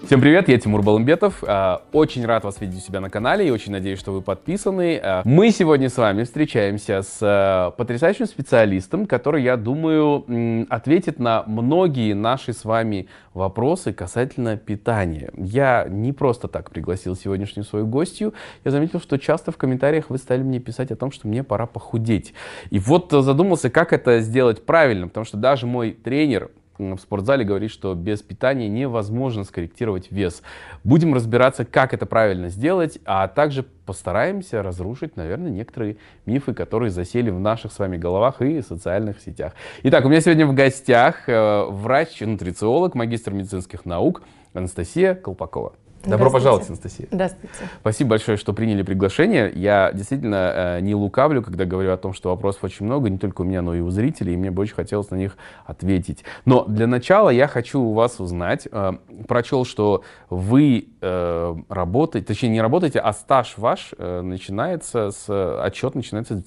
Всем привет, я Тимур Балымбетов. Очень рад вас видеть у себя на канале и очень надеюсь, что вы подписаны. Мы сегодня с вами встречаемся с потрясающим специалистом, который, я думаю, ответит на многие наши с вами вопросы касательно питания. Я не просто так пригласил сегодняшнюю свою гостью. Я заметил, что часто в комментариях вы стали мне писать о том, что мне пора похудеть. И вот задумался, как это сделать правильно, потому что даже мой тренер в спортзале говорит, что без питания невозможно скорректировать вес. Будем разбираться, как это правильно сделать, а также постараемся разрушить, наверное, некоторые мифы, которые засели в наших с вами головах и социальных сетях. Итак, у меня сегодня в гостях врач-нутрициолог, магистр медицинских наук Анастасия Колпакова. Добро пожаловать, Анастасия. Здравствуйте. Спасибо большое, что приняли приглашение. Я действительно не лукавлю, когда говорю о том, что вопросов очень много, не только у меня, но и у зрителей, и мне бы очень хотелось на них ответить. Но для начала я хочу у вас узнать, прочел, что вы работаете, точнее не работаете, а стаж ваш начинается отчет начинается с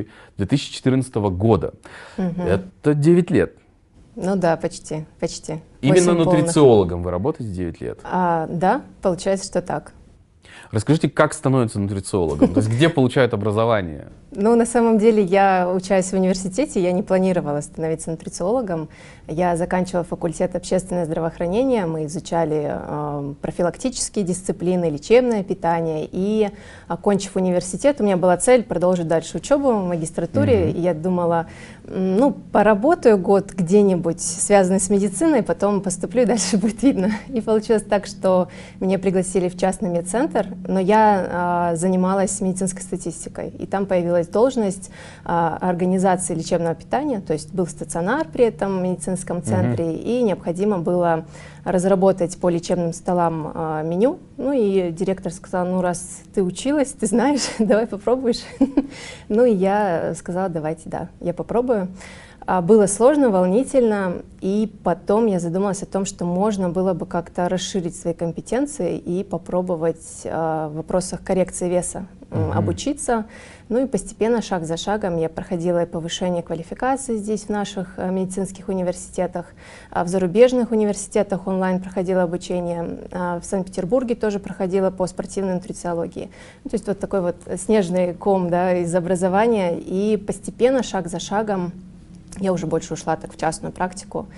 2014 года. Угу. Это 9 лет. Ну да, почти. Именно нутрициологом вы работаете 9 лет? Да, получается, что так. Расскажите, как становится нутрициологом? То есть где получают образование? Ну, на самом деле, я учась в университете, я не планировала становиться нутрициологом. Я заканчивала факультет общественное здравоохранение, мы изучали профилактические дисциплины, лечебное питание. И, окончив университет, у меня была цель продолжить дальше учебу в магистратуре. И я думала, ну, поработаю год где-нибудь, связанный с медициной, потом поступлю, и дальше будет видно. И получилось так, что меня пригласили в частный медцентр, но я занималась медицинской статистикой, и там появилась должность организации лечебного питания, то есть был стационар при этом медицинском центре, и необходимо было разработать по лечебным столам меню. Ну и директор сказал, ну раз ты училась, ты знаешь, давай попробуешь. Ну и я сказала, давайте, да, я попробую. Было сложно, волнительно, и потом я задумалась о том, что можно было бы как-то расширить свои компетенции и попробовать в вопросах коррекции веса обучиться. Ну и постепенно, шаг за шагом, я проходила и повышение квалификации здесь, в наших медицинских университетах, в зарубежных университетах онлайн проходила обучение, в Санкт-Петербурге тоже проходила по спортивной нутрициологии. То есть вот такой вот снежный ком, да, из образования, и постепенно, шаг за шагом, я уже больше ушла так в частную практику.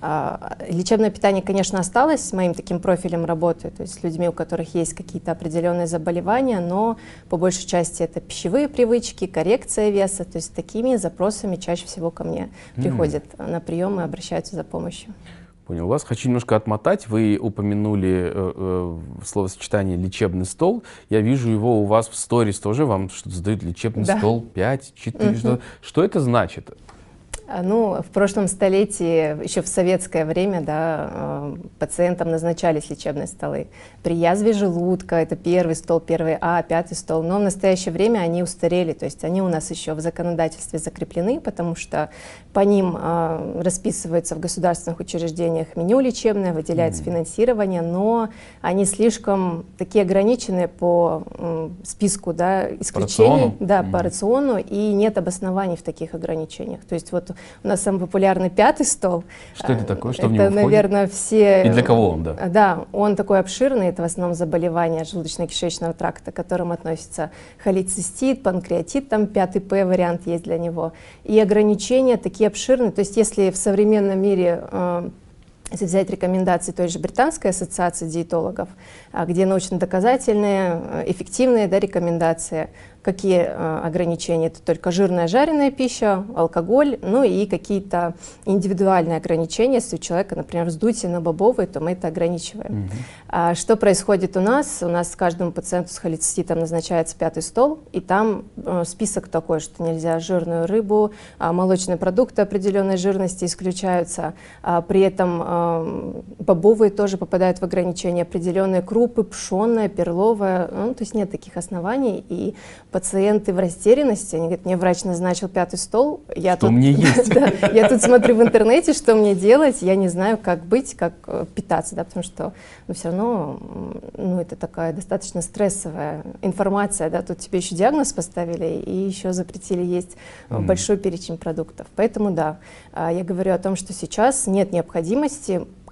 Лечебное питание, конечно, осталось моим таким профилем работы, то есть с людьми, у которых есть какие-то определенные заболевания, но по большей части это пищевые привычки, коррекция веса, то есть такими запросами чаще всего ко мне приходят на прием и обращаются за помощью. Понял вас. Хочу немножко отмотать. Вы упомянули словосочетание «лечебный стол». Я вижу его у вас в сторис тоже. Вам что-то задают «лечебный стол 5, 4». Что это значит? Ну, в прошлом столетии, еще в советское время, да, пациентам назначались лечебные столы. При язве желудка это первый стол, первый А, пятый стол. Но в настоящее время они устарели, то есть они у нас еще в законодательстве закреплены, потому что по ним расписывается в государственных учреждениях меню лечебное, выделяется финансирование, но они слишком такие ограниченные по списку, да, исключений, по рациону, и нет обоснований в таких ограничениях. То есть вот у нас самый популярный пятый стол. Что это такое? Что в него входит? Наверное, все... И для кого он, да? Да, он такой обширный, это в основном заболевания желудочно-кишечного тракта, к которым относятся холецистит, панкреатит, там 5П вариант есть для него. И ограничения такие обширные, то есть если в современном мире... Если взять рекомендации той же Британской ассоциации диетологов, где научно-доказательные, эффективные, да, рекомендации, какие ограничения? Это только жирная жареная пища, алкоголь, ну и какие-то индивидуальные ограничения. Если у человека, например, вздутие на бобовые, то мы это ограничиваем. Что происходит у нас? У нас каждому пациенту с холециститом назначается пятый стол, и там список такой, что нельзя жирную рыбу, молочные продукты определенной жирности исключаются, при этом бобовые тоже попадают в ограничения, определенные крупы, пшеная, перловая, ну, то есть нет таких оснований, и пациенты в растерянности, они говорят, мне врач назначил пятый стол, я тут смотрю в интернете, что мне делать, я не знаю, как быть, как питаться, да, потому что все равно это такая достаточно стрессовая информация, да, тут тебе еще диагноз поставили и еще запретили есть большой перечень продуктов. Поэтому да, я говорю о том, что сейчас нет необходимости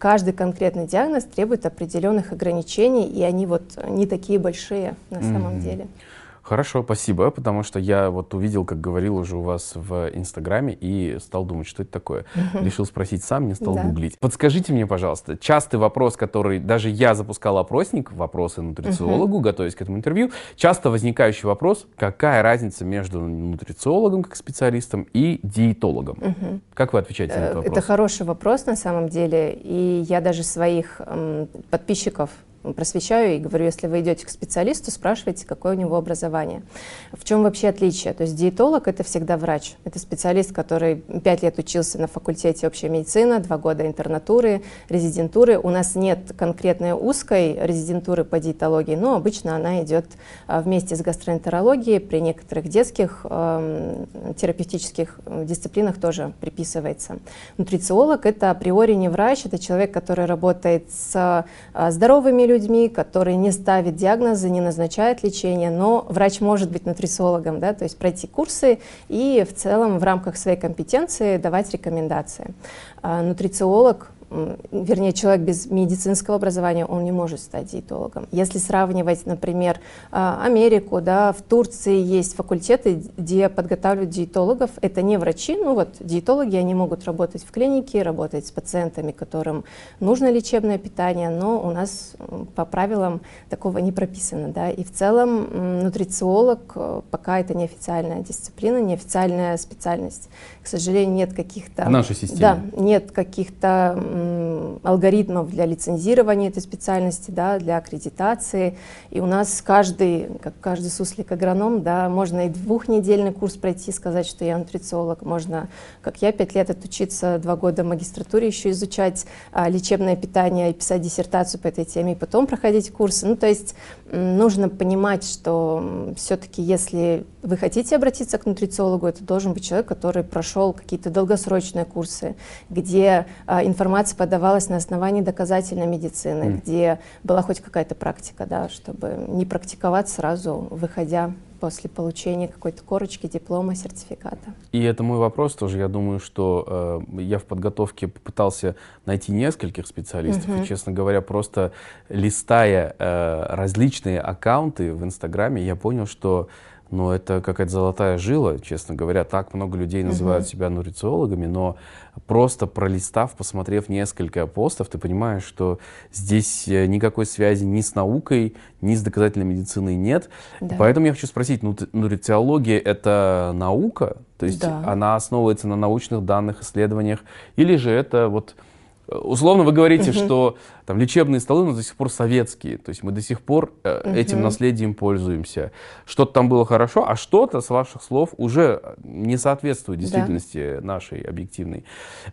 каждый конкретный диагноз требует определенных ограничений, и они вот не такие большие на самом деле. Хорошо, спасибо, потому что я вот увидел, как говорил уже у вас в Инстаграме, и стал думать, что это такое. Решил спросить сам, не стал гуглить. Подскажите мне, пожалуйста, частый вопрос, который даже я запускал опросник, вопросы нутрициологу, готовясь к этому интервью, часто возникающий вопрос, какая разница между нутрициологом как специалистом и диетологом? Как вы отвечаете на этот вопрос? Это хороший вопрос на самом деле, и я даже своих подписчиков просвещаю и говорю, если вы идете к специалисту, спрашивайте, какое у него образование. В чем вообще отличие? То есть диетолог — это всегда врач. Это специалист, который 5 лет учился на факультете общей медицины, 2 года интернатуры, резидентуры. У нас нет конкретной узкой резидентуры по диетологии, но обычно она идет вместе с гастроэнтерологией. При некоторых детских терапевтических дисциплинах тоже приписывается. Нутрициолог — это априори не врач, это человек, который работает с здоровыми людьми, который не ставит диагнозы, не назначает лечение, но врач может быть нутрициологом, да, то есть пройти курсы и в целом в рамках своей компетенции давать рекомендации. Нутрициолог, вернее, человек без медицинского образования, он не может стать диетологом. Если сравнивать, например, Америку, да, в Турции есть факультеты, где подготавливают диетологов. Это не врачи, ну вот диетологи, они могут работать в клинике, работать с пациентами, которым нужно лечебное питание, но у нас по правилам такого не прописано, да. И в целом нутрициолог пока это неофициальная дисциплина, неофициальная специальность. К сожалению, нет каких-то... В нашей системе. Да, нет каких-то алгоритмов для лицензирования этой специальности, да, для аккредитации. И у нас каждый, как каждый суслик-агроном, да, можно и 2-недельный курс пройти, сказать, что я нутрициолог. Можно, как я, 5 лет отучиться, 2 года в магистратуре еще изучать лечебное питание и писать диссертацию по этой теме, и потом проходить курсы. Ну, то есть нужно понимать, что все-таки, если вы хотите обратиться к нутрициологу, это должен быть человек, который прошел какие-то долгосрочные курсы, где информация подавалась на основании доказательной медицины, где была хоть какая-то практика, да, чтобы не практиковать сразу, выходя после получения какой-то корочки, диплома, сертификата. И это мой вопрос тоже. Я думаю, что я в подготовке попытался найти нескольких специалистов. И, честно говоря, просто листая различные аккаунты в Инстаграме, я понял, что это какая-то золотая жила, честно говоря. Так много людей называют себя нутрициологами, но просто пролистав, посмотрев несколько постов, ты понимаешь, что здесь никакой связи ни с наукой, ни с доказательной медициной нет. Да. Поэтому я хочу спросить, нутрициология — это наука? То есть она основывается на научных данных, исследованиях? Или же это вот... Условно вы говорите, что там лечебные столы, но до сих пор советские, то есть мы до сих пор этим наследием пользуемся. Что-то там было хорошо, а что-то, с ваших слов, уже не соответствует действительности нашей объективной.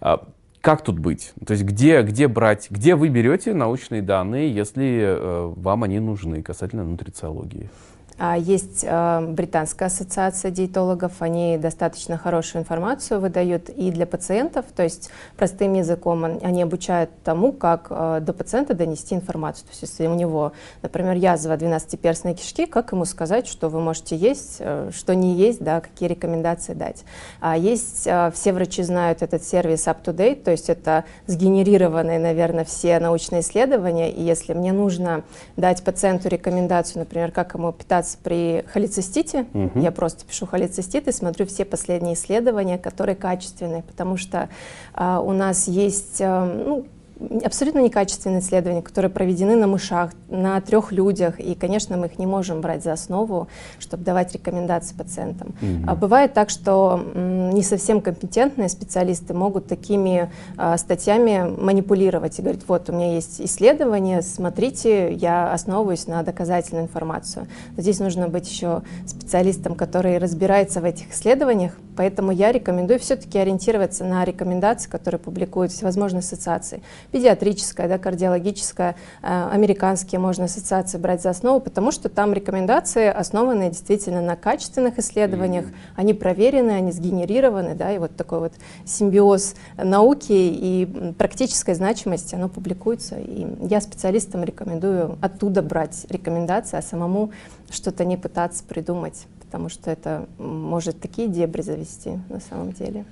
Как тут быть? То есть где брать, где вы берете научные данные, если вам они нужны касательно нутрициологии? Есть британская ассоциация диетологов, они достаточно хорошую информацию выдают и для пациентов, то есть простым языком они обучают тому, как до пациента донести информацию. То есть если у него, например, язва 12-перстной кишки, как ему сказать, что вы можете есть, что не есть, да, какие рекомендации дать. Есть, все врачи знают этот сервис UpToDate, то есть это сгенерированные, наверное, все научные исследования, и если мне нужно дать пациенту рекомендацию, например, как ему питаться при холецистите, я просто пишу холецистит и смотрю все последние исследования, которые качественные, потому что у нас есть абсолютно некачественные исследования, которые проведены на мышах, на 3 людях, и, конечно, мы их не можем брать за основу, чтобы давать рекомендации пациентам. Бывает так, что не совсем компетентные специалисты могут такими статьями манипулировать и говорить, вот, у меня есть исследование, смотрите, я основываюсь на доказательную информацию. Но здесь нужно быть еще специалистом, который разбирается в этих исследованиях, поэтому я рекомендую все-таки ориентироваться на рекомендации, которые публикуют всевозможные ассоциации. Педиатрическая, да, кардиологическая, американские можно ассоциации брать за основу, потому что там рекомендации основаны действительно на качественных исследованиях, они проверены, они сгенерированы, да, и вот такой вот симбиоз науки и практической значимости, оно публикуется. И я специалистам рекомендую оттуда брать рекомендации, а самому что-то не пытаться придумать, потому что это может такие дебри завести на самом деле.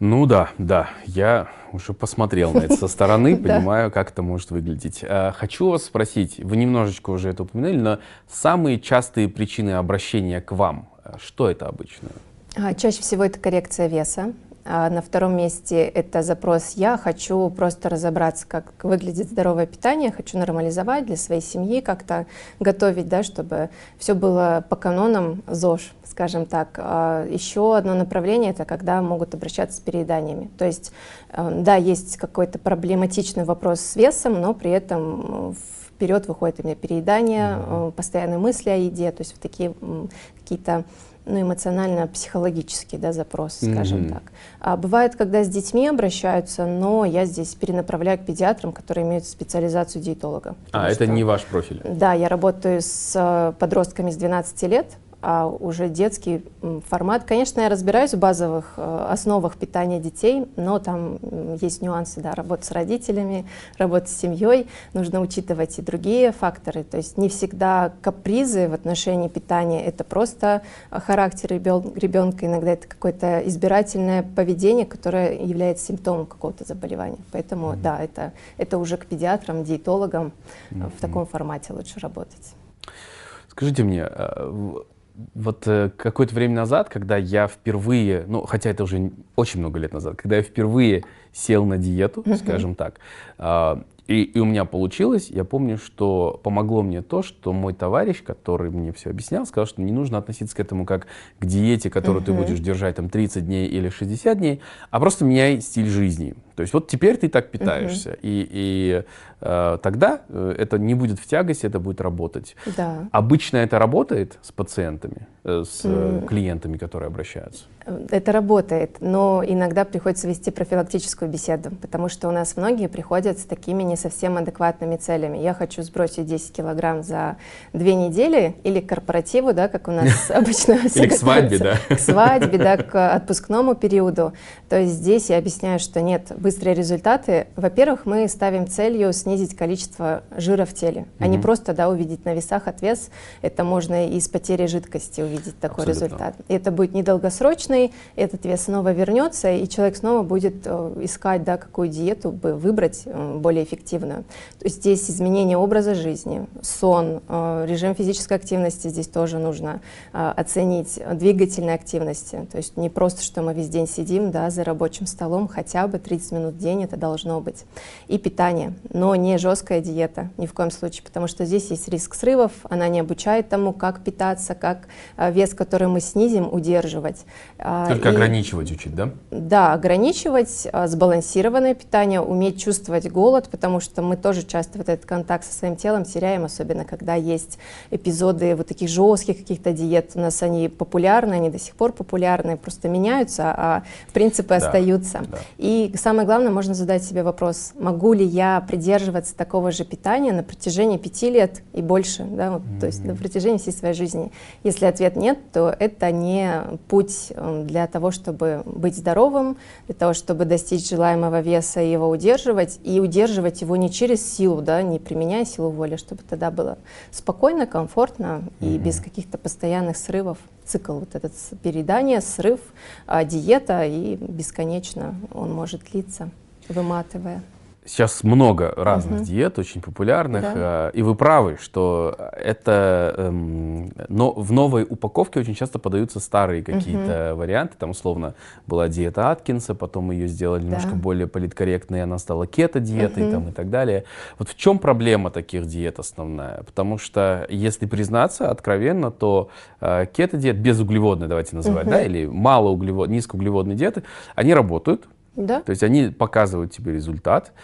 Ну да, да, я уже посмотрел на это со стороны, понимаю, как это может выглядеть. Хочу вас спросить, вы немножечко уже это упомянули, но самые частые причины обращения к вам, что это обычно? Чаще всего это коррекция веса. На втором месте это запрос «я хочу просто разобраться, как выглядит здоровое питание, хочу нормализовать для своей семьи, как-то готовить, да, чтобы все было по канонам ЗОЖ, скажем так». Еще одно направление — это когда могут обращаться с перееданиями. То есть, да, есть какой-то проблематичный вопрос с весом, но при этом вперед выходит именно переедание, постоянные мысли о еде, то есть вот такие какие-то эмоционально-психологический, да, запрос, скажем так. Бывает, когда с детьми обращаются, но я здесь перенаправляю к педиатрам, которые имеют специализацию диетолога. Это не ваш профиль? Да, я работаю с подростками с 12 лет, а уже детский формат. Конечно, я разбираюсь в базовых основах питания детей, но там есть нюансы, да, работа с родителями, работа с семьей, нужно учитывать и другие факторы. То есть не всегда капризы в отношении питания — это просто характер ребенка, иногда это какое-то избирательное поведение, которое является симптомом какого-то заболевания. Поэтому, да, это уже к педиатрам, диетологам в таком формате лучше работать. Скажите мне, вот какое-то время назад, когда я впервые, ну, хотя это уже очень много лет назад, когда я впервые сел на диету, скажем так, и у меня получилось, я помню, что помогло мне то, что мой товарищ, который мне все объяснял, сказал, что не нужно относиться к этому как к диете, которую ты будешь держать там 30 дней или 60 дней, а просто меняй стиль жизни. То есть вот теперь ты так питаешься, и тогда это не будет в тягость, это будет работать. Да. Обычно это работает с пациентами, с клиентами, которые обращаются? Это работает, но иногда приходится вести профилактическую беседу, потому что у нас многие приходят с такими не совсем адекватными целями. Я хочу сбросить 10 килограмм за 2 недели, или к корпоративу, да, как у нас обычно все или к свадьбе, да. К свадьбе, да, к отпускному периоду. То есть здесь я объясняю, что нет, быстрые результаты. Во-первых, мы ставим целью снизить количество жира в теле, а не просто, да, увидеть на весах отвес. Это можно и с потерей жидкости увидеть такой результат. И это будет недолгосрочный, этот вес снова вернется, и человек снова будет искать, да, какую диету бы выбрать более эффективную. То есть здесь изменение образа жизни, сон, режим физической активности здесь тоже нужно оценить, двигательной активности. То есть не просто, что мы весь день сидим, да, за рабочим столом, хотя бы 30 минут в день это должно быть. И питание, но не жесткая диета, ни в коем случае, потому что здесь есть риск срывов, она не обучает тому, как питаться, как вес, который мы снизим, удерживать. Только ограничивать учить, да? Да, ограничивать, сбалансированное питание, уметь чувствовать голод, потому что мы тоже часто вот этот контакт со своим телом теряем, особенно когда есть эпизоды вот таких жестких каких-то диет. У нас они популярны, они до сих пор популярны, просто меняются, а принципы остаются. Да. И самое главное, можно задать себе вопрос, могу ли я придерживаться такого же питания на протяжении 5 лет и больше, да, вот, то есть на протяжении всей своей жизни. Если ответ нет, то это не путь для того, чтобы быть здоровым, для того, чтобы достичь желаемого веса и его удерживать, и удерживать его не через силу, да, не применяя силу воли, чтобы тогда было спокойно, комфортно и без каких-то постоянных срывов. Цикл вот этот переедание, срыв, диета, и бесконечно он может длиться, выматывая. Сейчас много разных диет, очень популярных, и вы правы, что это, но в новой упаковке очень часто подаются старые какие-то варианты, там условно была диета Аткинса, потом ее сделали немножко более политкорректной, и она стала кето-диетой там, и так далее. Вот в чем проблема таких диет основная? Потому что, если признаться откровенно, то кето-диет, безуглеводная, давайте называть, да, или низкоуглеводные диеты, они работают. Да. То есть они показывают тебе результат,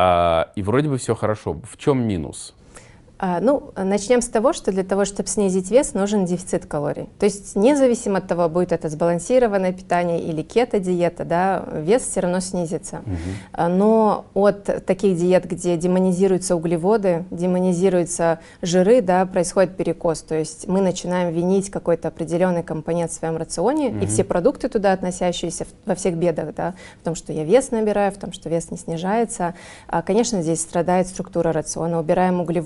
и вроде бы все хорошо. В чем минус? Ну, начнем с того, что для того, чтобы снизить вес, нужен дефицит калорий. То есть независимо от того, будет это сбалансированное питание или кето-диета, да, вес все равно снизится. Но от таких диет, где демонизируются углеводы, демонизируются жиры, да, происходит перекос. То есть мы начинаем винить какой-то определенный компонент в своем рационе, и все продукты туда относящиеся во всех бедах, да, в том, что я вес набираю, в том, что вес не снижается. Конечно, здесь страдает структура рациона. Убираем углеводы, это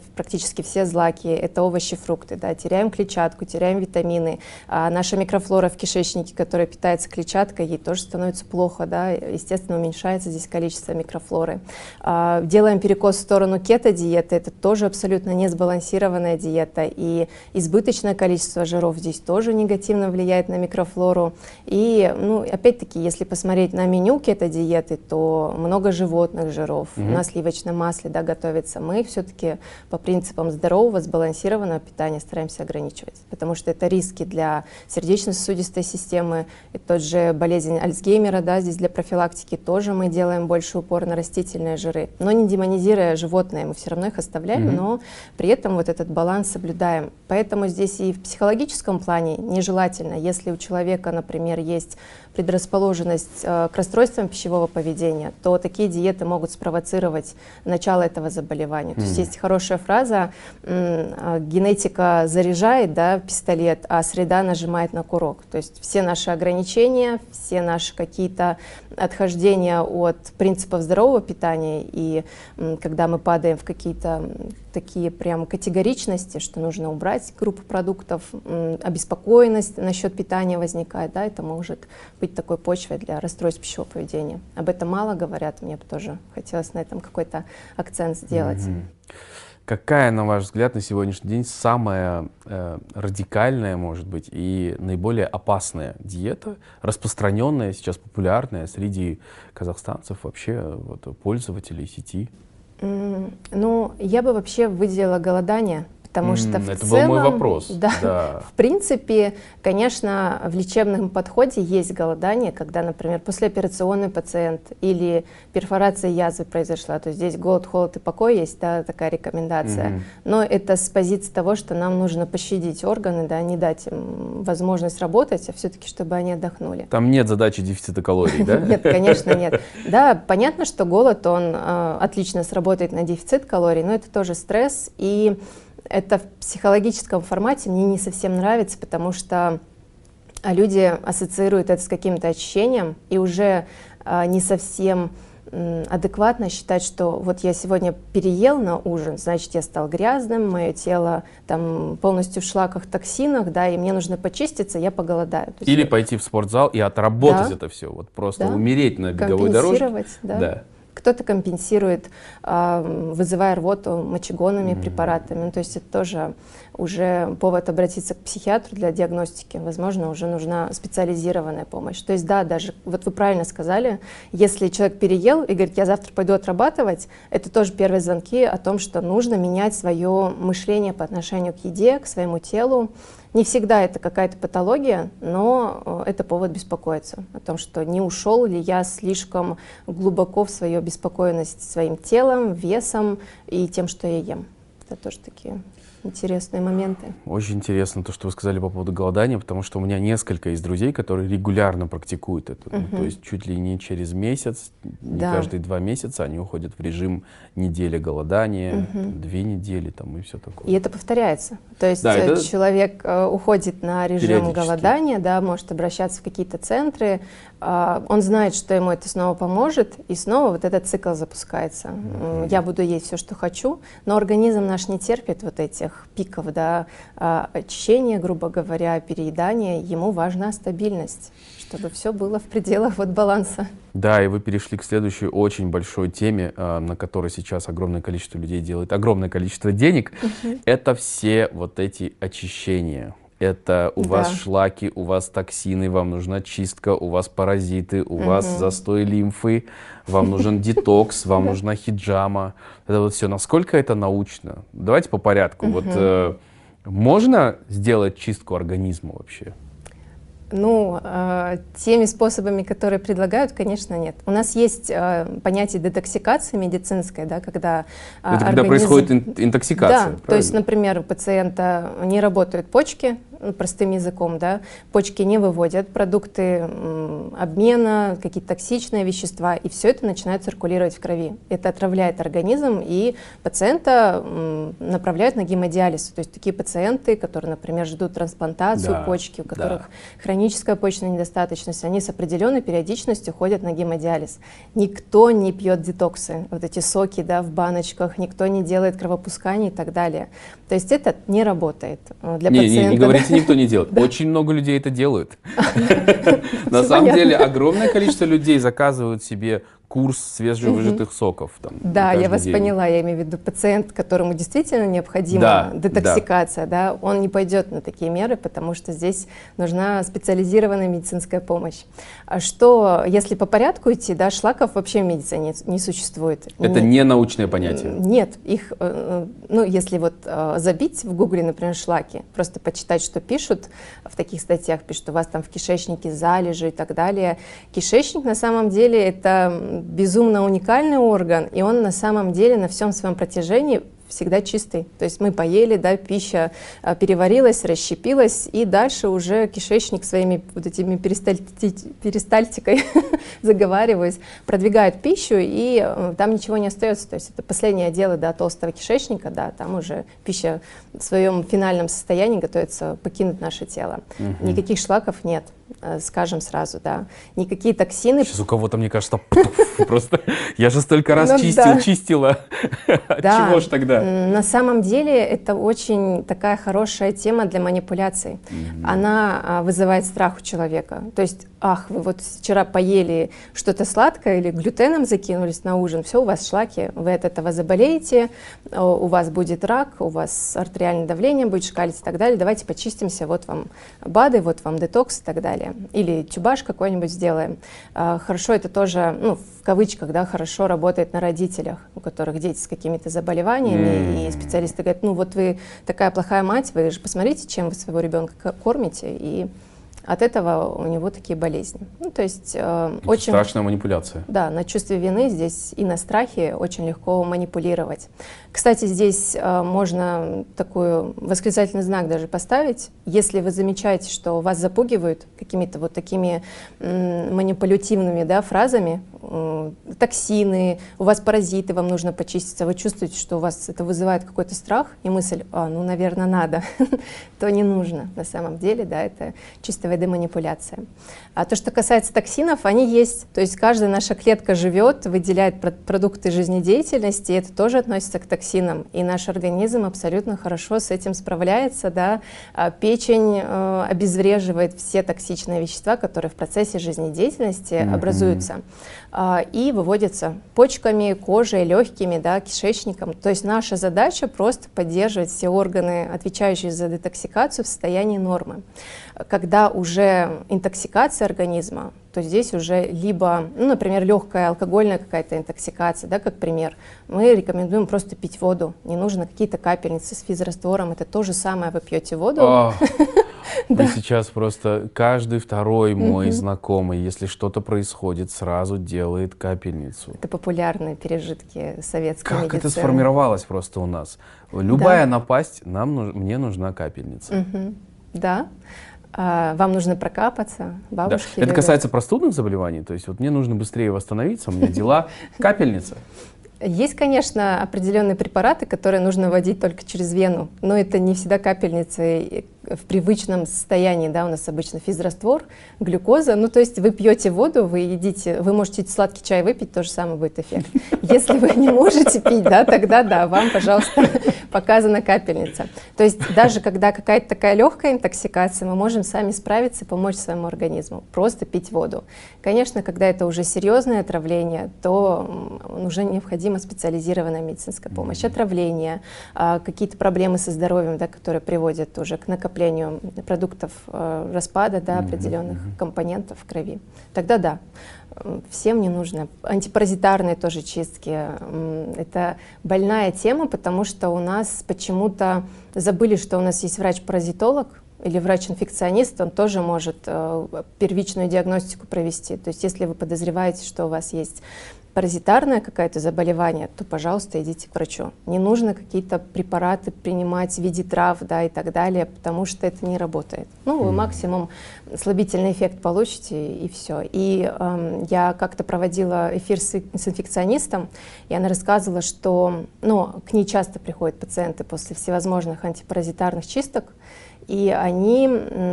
практически все злаки, это овощи, фрукты, да, теряем клетчатку, теряем витамины, наша микрофлора в кишечнике, которая питается клетчаткой, ей тоже становится плохо, да, естественно, уменьшается здесь количество микрофлоры. Делаем перекос в сторону кето-диеты, это тоже абсолютно несбалансированная диета, и избыточное количество жиров здесь тоже негативно влияет на микрофлору. И, ну, опять-таки, если посмотреть на меню кето-диеты, то много животных жиров, на сливочном масле, да, готовится. Мы все-таки по принципам здорового, сбалансированного питания стараемся ограничивать, потому что это риски для сердечно-сосудистой системы, и тот же болезнь Альцгеймера, да, здесь для профилактики тоже мы делаем больше упор на растительные жиры, но не демонизируя животные, мы все равно их оставляем, но при этом вот этот баланс соблюдаем. Поэтому здесь и в психологическом плане нежелательно, если у человека, например, есть предрасположенность к расстройствам пищевого поведения, то такие диеты могут спровоцировать начало этого заболевания. То есть есть хорошая фраза: генетика заряжает, да, пистолет, а среда нажимает на курок. То есть все наши ограничения, все наши какие-то отхождения от принципов здорового питания, и когда мы падаем в какие-то такие прям категоричности, что нужно убрать группу продуктов, обеспокоенность насчет питания возникает, да, это может быть такой почвой для расстройств пищевого поведения. Об этом мало говорят, мне бы тоже хотелось на этом какой-то акцент сделать. Какая, на ваш взгляд, на сегодняшний день самая радикальная, может быть, и наиболее опасная диета, распространенная, сейчас популярная среди казахстанцев, вообще вот, пользователей сети? Ну, я бы вообще выделила голодание. Потому что в это целом, был мой вопрос. Да, в принципе, конечно, в лечебном подходе есть голодание, когда, например, послеоперационный пациент или перфорация язвы произошла, то здесь голод, холод и покой есть, да, такая рекомендация. Но это с позиции того, что нам нужно пощадить органы, да, не дать им возможность работать, а все-таки, чтобы они отдохнули. Там нет задачи дефицита калорий, да? Нет, конечно, нет. Да, понятно, что голод, он отлично сработает на дефицит калорий, но это тоже стресс, и это в психологическом формате мне не совсем нравится, потому что люди ассоциируют это с каким-то очищением и уже не совсем адекватно считать, что вот я сегодня переел на ужин, значит, я стал грязным, мое тело там полностью в шлаках, токсинах, да, и мне нужно почиститься, я поголодаю. Или пойти в спортзал и отработать это все, вот просто умереть на беговой дорожке. Да. Кто-то компенсирует, вызывая рвоту мочегонными препаратами. Ну, то есть это тоже уже повод обратиться к психиатру для диагностики. Возможно, уже нужна специализированная помощь. То есть да, даже, вот вы правильно сказали, если человек переел и говорит, я завтра пойду отрабатывать, это тоже первые звонки о том, что нужно менять свое мышление по отношению к еде, к своему телу. Не всегда это какая-то патология, но это повод беспокоиться о том, что не ушел ли я слишком глубоко в свою обеспокоенность своим телом, весом и тем, что я ем. Это тоже такие интересные моменты. Очень интересно то, что вы сказали по поводу голодания, потому что у меня несколько из друзей, которые регулярно практикуют это. То есть чуть ли не через месяц, не каждые 2 месяца они уходят в режим недели голодания, 2 недели там, и все такое. И это повторяется. То есть человек уходит на режим голодания, да, может обращаться в какие-то центры, он знает, что ему это снова поможет, и снова вот этот цикл запускается. Я буду есть все, что хочу, но организм наш не терпит вот этих пиков, да, очищения, грубо говоря, переедания. Ему важна стабильность, чтобы все было в пределах вот баланса. Да, и вы перешли к следующей очень большой теме, на которой сейчас огромное количество людей делает огромное количество денег. Это все вот эти очищения. Это у вас шлаки, у вас токсины, вам нужна чистка, у вас паразиты, у вас застой лимфы, вам нужен детокс, вам нужна хиджама. Это вот все. Насколько это научно? Давайте по порядку. Вот можно сделать чистку организма вообще? Ну, теми способами, которые предлагают, конечно, нет. У нас есть понятие детоксикации медицинской, да, когда это когда происходит интоксикация, да, то есть, например, у пациента не работают почки, простым языком, да, почки не выводят продукты обмена, какие-то токсичные вещества, и все это начинает циркулировать в крови. Это отравляет организм, и пациента направляют на гемодиализ. То есть такие пациенты, которые, например, ждут трансплантацию почки, у которых хроническая почечная недостаточность, они с определенной периодичностью ходят на гемодиализ. Никто не пьет детоксы, вот эти соки, да, в баночках, никто не делает кровопускание и так далее. То есть это не работает для пациента. Не говорите, никто не делает. Очень много людей это делают. На самом деле огромное количество людей заказывают себе курс свежевыжатых соков. Да, я вас поняла, я имею в виду пациент, которому действительно необходима детоксикация, да, он не пойдет на такие меры, потому что здесь нужна специализированная медицинская помощь. А что, если по порядку идти, да, шлаков вообще в медицине не существует. Это не научное понятие? Нет, их, ну, если вот забить в гугле, например, шлаки, просто почитать, что пишут, в таких статьях пишут, у вас там в кишечнике залежи и так далее. Кишечник на самом деле это безумно уникальный орган, и он на самом деле на всем своем протяжении всегда чистый. То есть мы поели, да, пища переварилась, расщепилась, и дальше уже кишечник своими вот этими перистальтикой, заговариваясь, продвигает пищу, и там ничего не остается. То есть это последнее дело, да, толстого кишечника, да, там уже пища в своем финальном состоянии готовится покинуть наше тело. Никаких шлаков нет. Скажем сразу, да. Никакие токсины... Сейчас у кого-то, мне кажется, просто... Я же столько раз чистила. От чего ж тогда? На самом деле это очень такая хорошая тема для манипуляций. Она вызывает страх у человека. То есть, ах, вы вот вчера поели что-то сладкое или глютеном закинулись на ужин, все, у вас шлаки, вы от этого заболеете, у вас будет рак, у вас артериальное давление будет шкалить и так далее. Давайте почистимся, вот вам БАДы, вот вам детокс и так далее. Или тюбаш какой-нибудь сделаем. Хорошо, это тоже, ну, в кавычках, да, хорошо работает на родителях, у которых дети с какими-то заболеваниями, и специалисты говорят, ну вот вы такая плохая мать, вы же посмотрите, чем вы своего ребенка кормите, и от этого у него такие болезни. Ну, то есть очень страшная манипуляция. Да, на чувстве вины здесь и на страхе очень легко манипулировать. Кстати, здесь можно такой восклицательный знак даже поставить. Если вы замечаете, что вас запугивают какими-то вот такими манипулятивными, да, фразами, токсины, у вас паразиты, вам нужно почиститься, вы чувствуете, что у вас это вызывает какой-то страх и мысль, ну, наверное, надо, то не нужно на самом деле, да, это чистая деманипуляция. А то, что касается токсинов, они есть, то есть каждая наша клетка живет, выделяет продукты жизнедеятельности, и это тоже относится к токсинам, и наш организм абсолютно хорошо с этим справляется, да, печень обезвреживает все токсичные вещества, которые в процессе жизнедеятельности образуются, и выводятся почками, кожей, легкими, да, кишечником. То есть наша задача просто поддерживать все органы, отвечающие за детоксикацию, в состоянии нормы. Когда уже интоксикация организма, то здесь уже либо, ну, например, легкая алкогольная какая-то интоксикация, да, как пример, мы рекомендуем просто пить воду, не нужно какие-то капельницы с физраствором, это то же самое, вы пьете воду. Вы сейчас просто, каждый второй мой знакомый, если что-то происходит, сразу делает капельницу. Это популярные пережитки советской медицины. Как это сформировалось просто у нас? Любая напасть, мне нужна капельница. Да. Вам нужно прокапаться, бабушки. Да. Это касается простудных заболеваний, то есть вот мне нужно быстрее восстановиться, у меня дела, капельница. Есть, конечно, определенные препараты, которые нужно вводить только через вену, но это не всегда капельницы в привычном состоянии, да, у нас обычно физраствор, глюкоза, ну, то есть вы пьете воду, вы едите, вы можете сладкий чай выпить, то же самое будет эффект. Если вы не можете пить, да, тогда да, вам, пожалуйста, показана капельница. То есть даже когда какая-то такая легкая интоксикация, мы можем сами справиться и помочь своему организму, просто пить воду. Конечно, когда это уже серьезное отравление, то уже необходима специализированная медицинская помощь, отравление, какие-то проблемы со здоровьем, да, которые приводят уже к накоплению продуктов распада, да, определенных компонентов в крови. Тогда да, всем не нужно. Антипаразитарные тоже чистки. Это больная тема, потому что у нас почему-то забыли, что у нас есть врач-паразитолог, или врач-инфекционист, он тоже может первичную диагностику провести. То есть если вы подозреваете, что у вас есть паразитарное какое-то заболевание, то, пожалуйста, идите к врачу. Не нужно какие-то препараты принимать в виде трав, да, и так далее, потому что это не работает. Ну, вы максимум слабительный эффект получите, и все. И я как-то проводила эфир с инфекционистом, и она рассказывала, что, ну, к ней часто приходят пациенты после всевозможных антипаразитарных чисток, и они,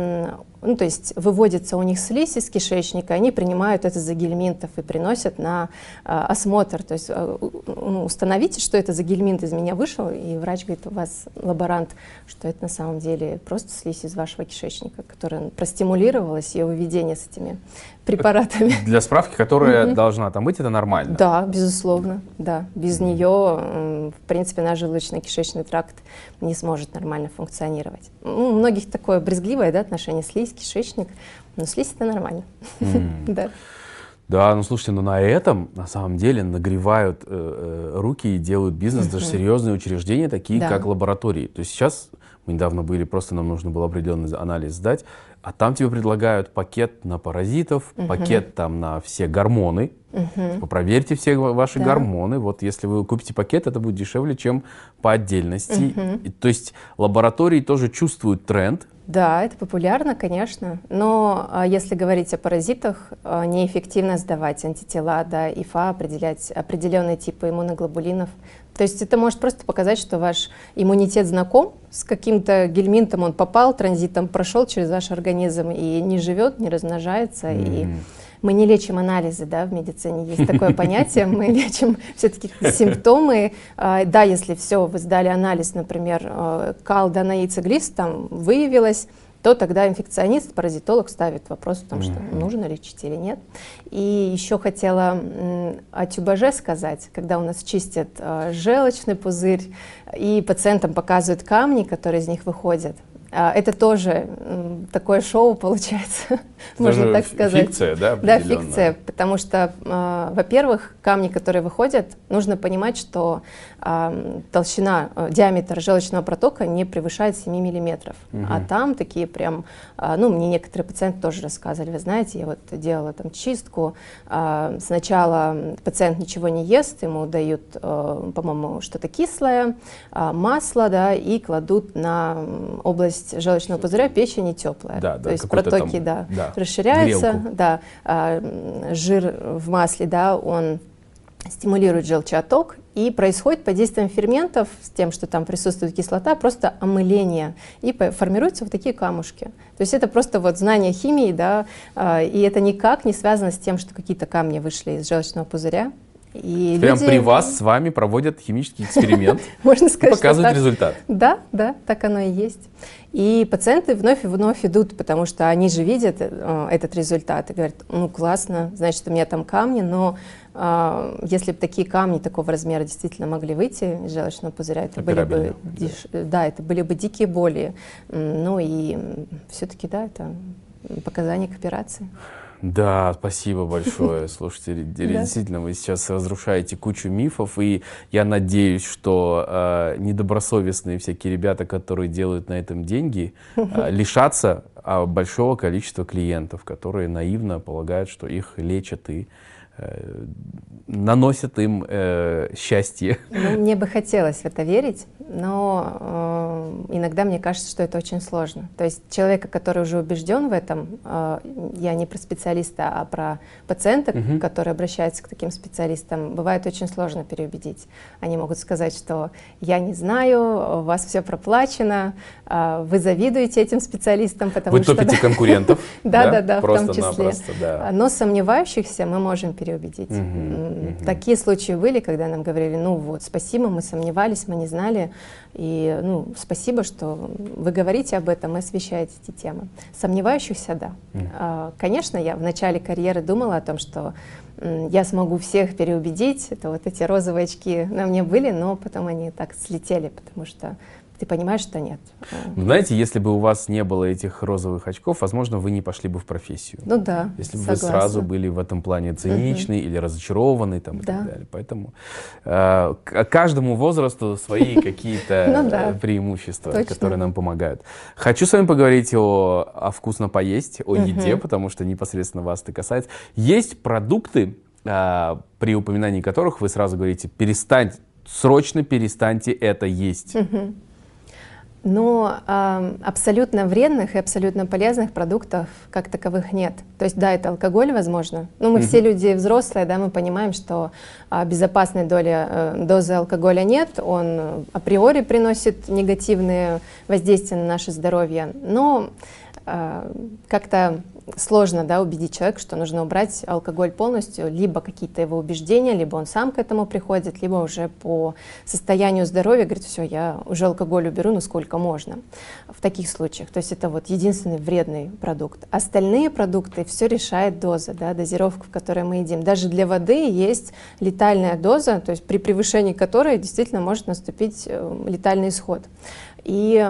ну, то есть выводится у них слизь из кишечника, они принимают это за гельминтов и приносят на осмотр. То есть ну, установите, что это за гельминт из меня вышел, и врач говорит, у вас лаборант, что это на самом деле просто слизь из вашего кишечника, которая простимулировалась, ее выведение с этими препаратами. Для справки, которая должна там быть, это нормально? Да, безусловно, да. Без нее, в принципе, наш желудочно-кишечный тракт не сможет нормально функционировать. У многих такое брезгливое, да, отношение слизь, кишечник, но слизь это нормально. Да. Да, ну слушайте, ну на этом на самом деле нагревают руки и делают бизнес даже серьезные учреждения, такие как лаборатории. То есть сейчас мы недавно были, просто нам нужно было определенный анализ сдать, а там тебе предлагают пакет на паразитов, пакет там на все гормоны. Проверьте все ваши гормоны. Вот если вы купите пакет, это будет дешевле, чем по отдельности. То есть лаборатории тоже чувствуют тренд. Да, это популярно, конечно, но если говорить о паразитах, неэффективно сдавать антитела, да, ИФА, определять определенные типы иммуноглобулинов. То есть это может просто показать, что ваш иммунитет знаком с каким-то гельминтом, он попал, транзитом прошел через ваш организм и не живет, не размножается. И мы не лечим анализы, да, в медицине есть такое понятие, мы лечим все-таки симптомы. Да, если все, вы сдали анализ, например, кал, данаицеглис, там выявилось, то тогда инфекционист, паразитолог ставит вопрос о том, что нужно лечить или нет. И еще хотела о тюбаже сказать, когда у нас чистят желчный пузырь, и пациентам показывают камни, которые из них выходят. Это тоже такое шоу получается, можно так сказать. Фикция, да, Да, фикция, потому что, во-первых, камни, которые выходят, нужно понимать, что толщина, диаметр желчного протока не превышает 7 миллиметров. А там такие прям, ну, мне некоторые пациенты тоже рассказывали, вы знаете, я вот делала там чистку, сначала пациент ничего не ест, ему дают, по-моему, что-то кислое, масло, да, и кладут на область желчного пузыря, печени теплая. Да, то есть протоки там, расширяются, грелку. да, жир в масле, да, он стимулирует желчеотток, и происходит под действием ферментов, с тем, что там присутствует кислота, просто омыление, и формируются вот такие камушки. То есть это просто вот знание химии, да, и это никак не связано с тем, что какие-то камни вышли из желчного пузыря. И прям люди... при вас с вами проводят химический эксперимент, можно сказать, и показывают результат. Да, да, так оно и есть. И пациенты вновь и вновь идут, потому что они же видят этот результат и говорят, ну классно, значит, у меня там камни, но если бы такие камни такого размера действительно могли выйти из желчного пузыря, это были бы, да, это были бы дикие боли. Ну и все-таки, да, это показания к операции. Да, спасибо большое. Слушайте, действительно, вы сейчас разрушаете кучу мифов, и я надеюсь, что недобросовестные всякие ребята, которые делают на этом деньги, лишатся большого количества клиентов, которые наивно полагают, что их лечат и наносят им счастье. Ну, мне бы хотелось в это верить, но иногда мне кажется, что это очень сложно. То есть человека, который уже убежден в этом, я не про специалиста, а про пациента, который обращается к таким специалистам, бывает очень сложно переубедить. Они могут сказать, что я не знаю, у вас все проплачено, вы завидуете этим специалистам, потому что... Вы топите конкурентов. Да, в том числе. Просто, да. Но сомневающихся мы можем переубедить. Такие случаи были, когда нам говорили, ну вот, спасибо, мы сомневались, мы не знали, и ну, спасибо, что вы говорите об этом и освещаете эти темы. Сомневающихся, да. Конечно, я в начале карьеры думала о том, что я смогу всех переубедить, это вот эти розовые очки на мне были, но потом они так слетели, потому что ты понимаешь, что нет. Знаете, если бы у вас не было этих розовых очков, возможно, вы не пошли бы в профессию. Ну да, если бы вы сразу были в этом плане циничны или разочарованы там, и так далее. Поэтому каждому возрасту свои какие-то преимущества, которые нам помогают. Хочу с вами поговорить о вкусно поесть, о еде, потому что непосредственно вас это касается. Есть продукты, при упоминании которых вы сразу говорите: перестаньте, срочно перестаньте это есть? Но абсолютно вредных и абсолютно полезных продуктов как таковых нет. То есть да, это алкоголь, возможно. Но мы все люди взрослые, да, мы понимаем, что безопасной дозы алкоголя нет. Он априори приносит негативные воздействия на наше здоровье. Но как-то сложно, да, убедить человека, что нужно убрать алкоголь полностью, либо какие-то его убеждения, либо он сам к этому приходит, либо уже по состоянию здоровья говорит: все, я уже алкоголь уберу, ну сколько можно. В таких случаях, то есть это вот единственный вредный продукт. Остальные продукты все решает доза, да, дозировка, в которой мы едим. Даже для воды есть летальная доза, то есть при превышении которой действительно может наступить летальный исход. И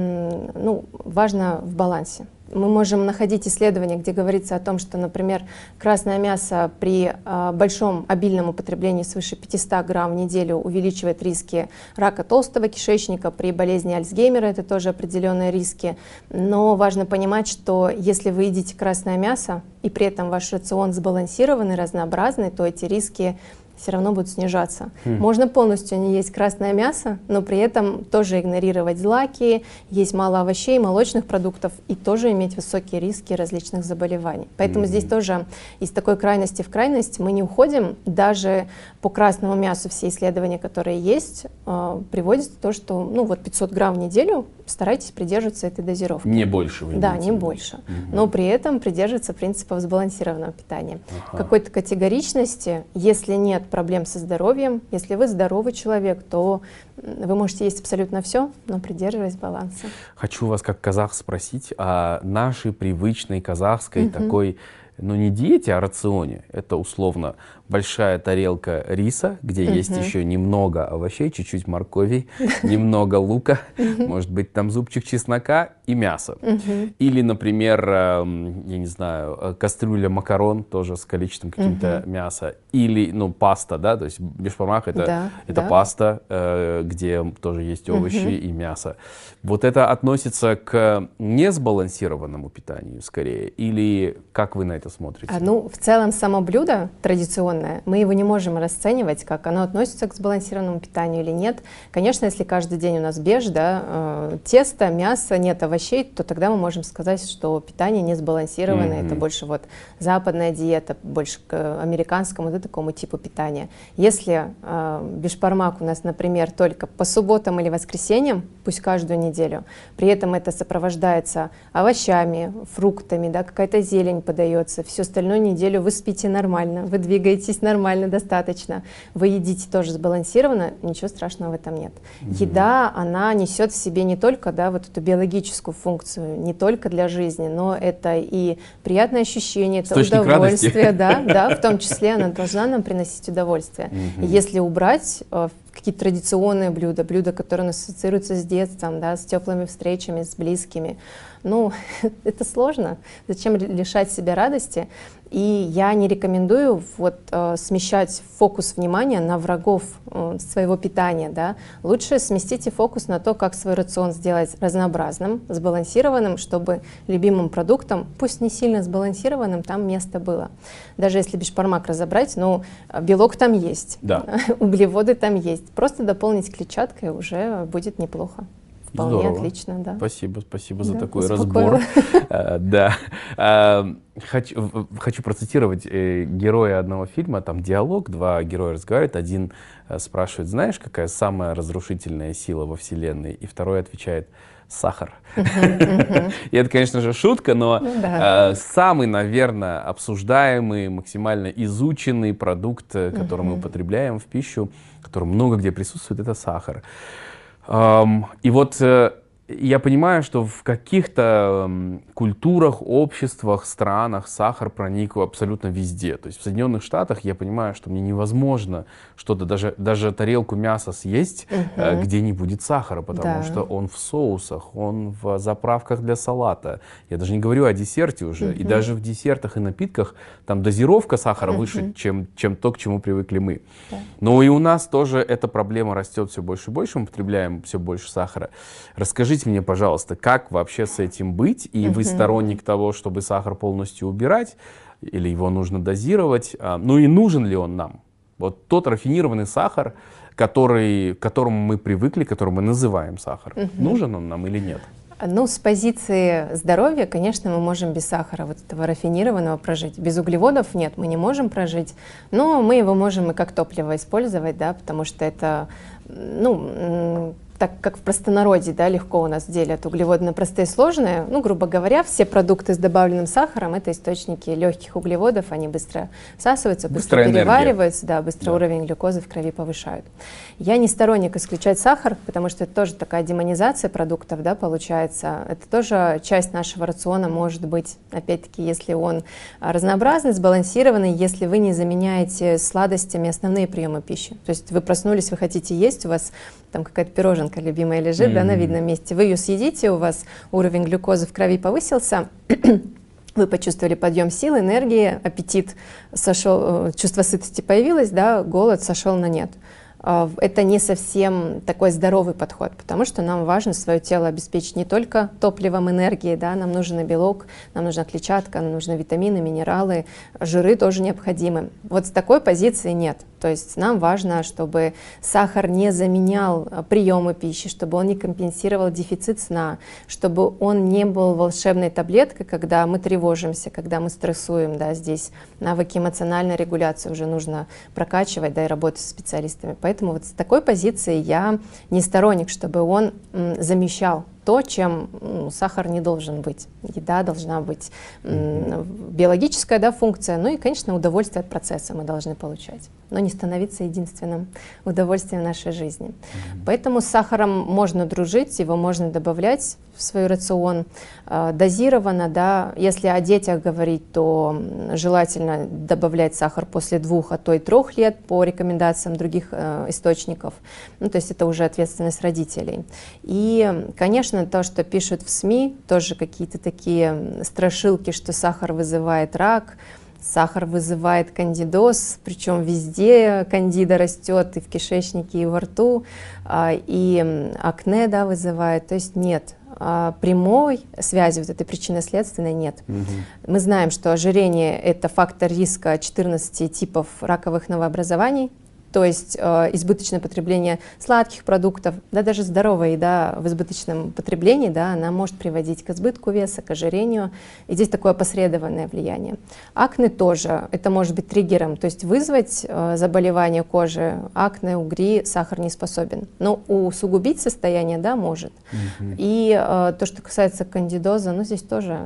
ну, важно в балансе. Мы можем находить исследования, где говорится о том, что, например, красное мясо при большом обильном употреблении свыше 500 грамм в неделю увеличивает риски рака толстого кишечника, при болезни Альцгеймера это тоже определенные риски. Но важно понимать, что если вы едите красное мясо и при этом ваш рацион сбалансированный, разнообразный, то эти риски все равно будут снижаться. Можно полностью не есть красное мясо, но при этом тоже игнорировать злаки, есть мало овощей, молочных продуктов и тоже иметь высокие риски различных заболеваний. Поэтому здесь тоже из такой крайности в крайность мы не уходим. Даже по красному мясу все исследования, которые есть, приводят к тому, что ну, вот 500 грамм в неделю старайтесь придерживаться этой дозировки. Не больше вы Да, не больше. Но при этом придерживаться принципов сбалансированного питания. Какой-то категоричности, если нет проблем со здоровьем, если вы здоровый человек, то вы можете есть абсолютно все, но придерживаясь баланса. Хочу вас как казах спросить о нашей привычной казахской такой, ну не диете, а рационе. Это условно большая тарелка риса, где есть еще немного овощей, чуть-чуть моркови, немного лука, может быть там зубчик чеснока и мясо. Или, например, я не знаю, кастрюля макарон тоже с количеством каким-то мяса. Или, ну, паста, да, то есть бешбармак это паста, где тоже есть овощи и мясо. Вот это относится к несбалансированному питанию скорее? Или как вы на это смотрите? Ну, в целом само блюдо традиционное, мы его не можем расценивать, как оно относится к сбалансированному питанию или нет. Конечно, если каждый день у нас беж, да, тесто, мясо, нет овощей, то тогда мы можем сказать, что питание не сбалансированное, это больше вот западная диета, больше к американскому, да, такому типу питания. Если бешбармак у нас, например, только по субботам или воскресеньям, пусть каждую неделю, при этом это сопровождается овощами, фруктами, да, какая-то зелень подается, всю остальную неделю вы спите нормально, вы двигаетесь нормально, достаточно, вы едите тоже сбалансированно, ничего страшного в этом нет. Еда, она несет в себе не только, да, вот эту биологическую функцию, не только для жизни, но это и приятное ощущение, это удовольствие, да, в том числе она должна нам приносить удовольствие. И если убрать какие-то традиционные блюда, которые у нас ассоциируются с детством, да, с теплыми встречами, с близкими, ну, это сложно. Зачем лишать себя радости? И я не рекомендую вот, смещать фокус внимания на врагов своего питания. Да? Лучше сместите фокус на то, как свой рацион сделать разнообразным, сбалансированным, чтобы любимым продуктам, пусть не сильно сбалансированным, там место было. Даже если бешбармак разобрать, ну, белок там есть, углеводы там есть. Просто дополнить клетчаткой уже будет неплохо. Вполне Здорово. Отлично, да. Спасибо за такой разбор. Да. Хочу процитировать героя одного фильма, там диалог, два героя разговаривают, один спрашивает: знаешь, какая самая разрушительная сила во Вселенной? И второй отвечает: сахар. И это, конечно же, шутка, но самый, наверное, обсуждаемый, максимально изученный продукт, который мы употребляем в пищу, который много где присутствует, это сахар. И вот я понимаю, что в каких-то культурах, обществах, странах сахар проник абсолютно везде. То есть в Соединенных Штатах я понимаю, что мне невозможно что-то, даже тарелку мяса съесть, где не будет сахара, потому что он в соусах, он в заправках для салата. Я даже не говорю о десерте уже. И даже в десертах и напитках там дозировка сахара выше, чем то, к чему привыкли мы. Но и у нас тоже эта проблема растет все больше и больше, мы потребляем все больше сахара. Расскажите мне, пожалуйста, как вообще с этим быть? И вы сторонник того, чтобы сахар полностью убирать? или его нужно дозировать. Ну и нужен ли он нам? Вот тот рафинированный сахар, к которому мы привыкли, который мы называем сахар, нужен он нам или нет? Ну, с позиции здоровья, конечно, мы можем без сахара, вот этого рафинированного, прожить. Без углеводов нет, мы не можем прожить, но мы его можем и как топливо использовать, да, потому что это, ну, так как в простонародье, да, легко у нас делят углеводы на простые и сложные, ну, грубо говоря, все продукты с добавленным сахаром — это источники легких углеводов, они быстро всасываются, быстро перевариваются, да, быстро уровень глюкозы в крови повышают. Я не сторонник исключать сахар, потому что это тоже такая демонизация продуктов, да, получается. Это тоже часть нашего рациона может быть, опять-таки, если он разнообразный, сбалансированный, если вы не заменяете сладостями основные приемы пищи. То есть вы проснулись, вы хотите есть, у вас там какая-то пироженка любимая лежит, да, на видном месте, вы ее съедите, у вас уровень глюкозы в крови повысился, вы почувствовали подъем сил, энергии, аппетит сошел, чувство сытости появилось, да, голод сошел на нет. Это не совсем такой здоровый подход, потому что нам важно свое тело обеспечить не только топливом, энергией, да, нам нужен и белок, нам нужна клетчатка, нам нужны витамины, минералы, жиры тоже необходимы. Вот с такой позиции нет. То есть нам важно, чтобы сахар не заменял приемы пищи, чтобы он не компенсировал дефицит сна, чтобы он не был волшебной таблеткой, когда мы тревожимся, когда мы стрессуем. Да, здесь навыки эмоциональной регуляции уже нужно прокачивать, да, и работать с специалистами. Поэтому вот с такой позиции я не сторонник, чтобы он замещал то, чем сахар не должен быть. Еда должна быть биологическая, да, функция, ну и, конечно, удовольствие от процесса мы должны получать, но не становиться единственным удовольствием нашей жизни. Поэтому с сахаром можно дружить, его можно добавлять в свой рацион дозированно, да. Если о детях говорить, то желательно добавлять сахар после 2, а то и 3 лет по рекомендациям других источников. Ну, то есть это уже ответственность родителей. И, конечно, то, что пишут в СМИ, тоже какие-то такие страшилки, что сахар вызывает рак, сахар вызывает кандидоз, причем везде кандида растет, и в кишечнике, и во рту, и акне, да, вызывает. То есть нет. Прямой связи вот этой причинно-следственной нет. Мы знаем, что ожирение — это фактор риска 14 типов раковых новообразований. То есть избыточное потребление сладких продуктов, да, даже здоровая еда в избыточном потреблении, да, она может приводить к избытку веса, к ожирению. И здесь такое опосредованное влияние. Акне тоже, это может быть триггером, то есть вызвать заболевание кожи, акне, угри сахар не способен. Но усугубить состояние, да, может. И то, что касается кандидоза, ну здесь тоже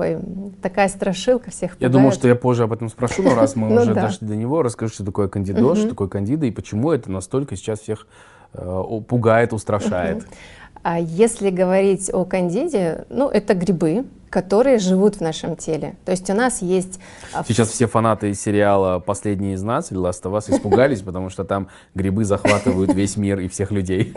такая страшилка, всех пугает. Я думал, что я позже об этом спрошу, но раз мы уже дошли до него, расскажи, что такое кандидоз, что такое кандида, и почему это настолько сейчас всех пугает, устрашает. А если говорить о кандиде, ну, это грибы, которые живут в нашем теле. То есть у нас есть... Сейчас все фанаты сериала «Последний из нас» или «Last of Us» испугались, потому что там грибы захватывают весь мир и всех людей.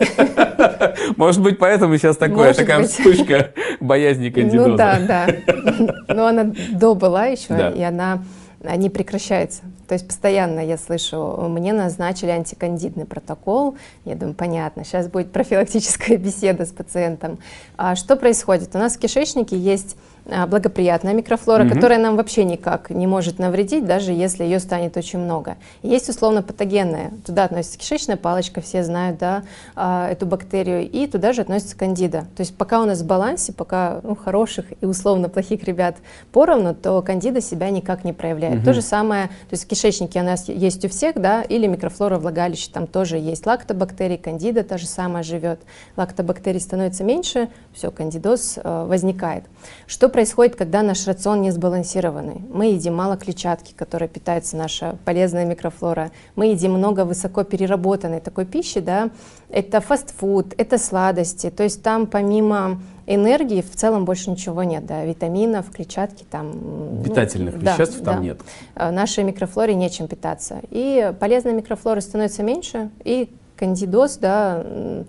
Может быть, поэтому сейчас такая вспышка боязни кандидоза. Ну да, да. Но она была еще, и она не прекращается. То есть постоянно я слышу, мне назначили антикандидный протокол. Я думаю, понятно, сейчас будет профилактическая беседа с пациентом. Что происходит? У нас в кишечнике есть благоприятная микрофлора, которая нам вообще никак не может навредить, даже если ее станет очень много. И есть условно патогенная. Туда относится кишечная палочка, все знают, да, эту бактерию, и туда же относится кандида. То есть пока у нас в балансе, пока хороших и условно плохих ребят поровну, то кандида себя никак не проявляет. То же самое, то есть в кишечнике у нас есть у всех, да, или микрофлора влагалища, там тоже есть лактобактерии, кандида та же самая живет. Лактобактерий становится меньше, все, кандидоз возникает. Что происходит, когда наш рацион не сбалансированный? Мы едим мало клетчатки, которой питается наша полезная микрофлора. Мы едим много высоко переработанной такой пищи, да. Это фастфуд, это сладости. То есть там помимо энергии в целом больше ничего нет, да, витаминов, клетчатки там. Питательных веществ там нет. Нашей микрофлоре нечем питаться. И полезной микрофлоры становится меньше, и кандидоз, да,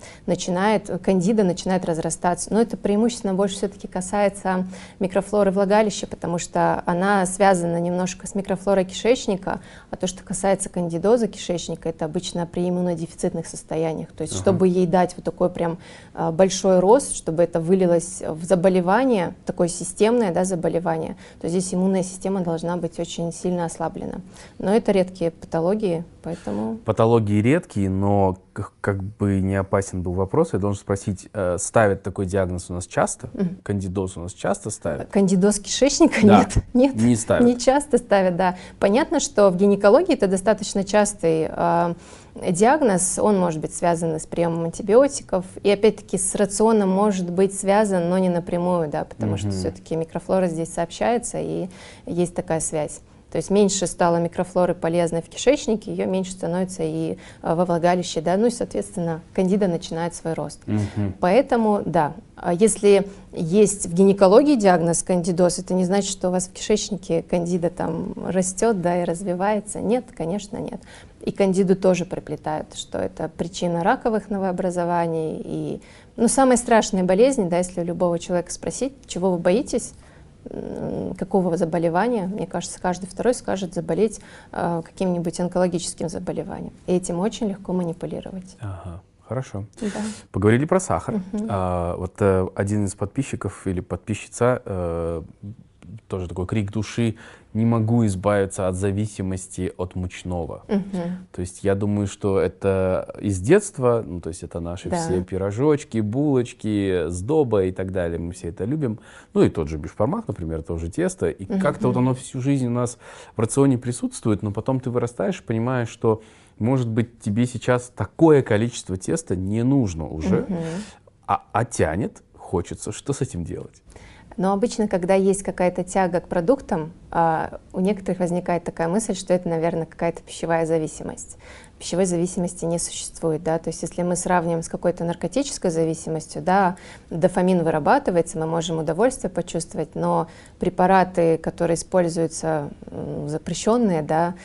кандида начинает разрастаться. Но это преимущественно больше все-таки касается микрофлоры влагалища, потому что она связана немножко с микрофлорой кишечника, а то, что касается кандидоза кишечника, это обычно при иммунодефицитных состояниях. То есть, чтобы ей дать вот такой прям большой рост, чтобы это вылилось в заболевание, такое системное, да, заболевание, то здесь иммунная система должна быть очень сильно ослаблена. Но это редкие патологии, поэтому... Патологии редкие, но как бы не опасен был вопрос, я должен спросить, ставят такой диагноз у нас часто? Кандидоз у нас часто ставят? Кандидоз кишечника? Да. Нет, не ставят. Не часто ставят, да. Понятно, что в гинекологии это достаточно частый диагноз, он может быть связан с приемом антибиотиков, и опять-таки с рационом может быть связан, но не напрямую, да, потому что все-таки микрофлора здесь сообщается, и есть такая связь. То есть меньше стало микрофлоры полезной в кишечнике, ее меньше становится и во влагалище, да, ну и, соответственно, кандида начинает свой рост. Поэтому, да, если есть в гинекологии диагноз кандидоз, это не значит, что у вас в кишечнике кандида там растет, да, и развивается. Нет, конечно, нет. И кандиду тоже приплетают, что это причина раковых новообразований. И, ну, самые страшные болезни, да, если у любого человека спросить, чего вы боитесь, какого заболевания, мне кажется, каждый второй скажет заболеть каким-нибудь онкологическим заболеванием. И этим очень легко манипулировать. Ага, хорошо. Да. Поговорили про сахар. Вот один из подписчиков или подписчица, тоже такой крик души: не могу избавиться от зависимости от мучного. То есть я думаю, что это из детства, ну, то есть это наши все пирожочки, булочки, сдоба и так далее, мы все это любим. Ну и тот же бешбармак, например, тоже тесто. И как-то вот оно всю жизнь у нас в рационе присутствует, но потом ты вырастаешь и понимаешь, что, может быть, тебе сейчас такое количество теста не нужно уже, а тянет, хочется. Что с этим делать? Но обычно, когда есть какая-то тяга к продуктам, у некоторых возникает такая мысль, что это, наверное, какая-то пищевая зависимость. Пищевой зависимости не существует, да, то есть если мы сравним с какой-то наркотической зависимостью, да, дофамин вырабатывается, мы можем удовольствие почувствовать, но препараты, которые используются, запрещенные, да,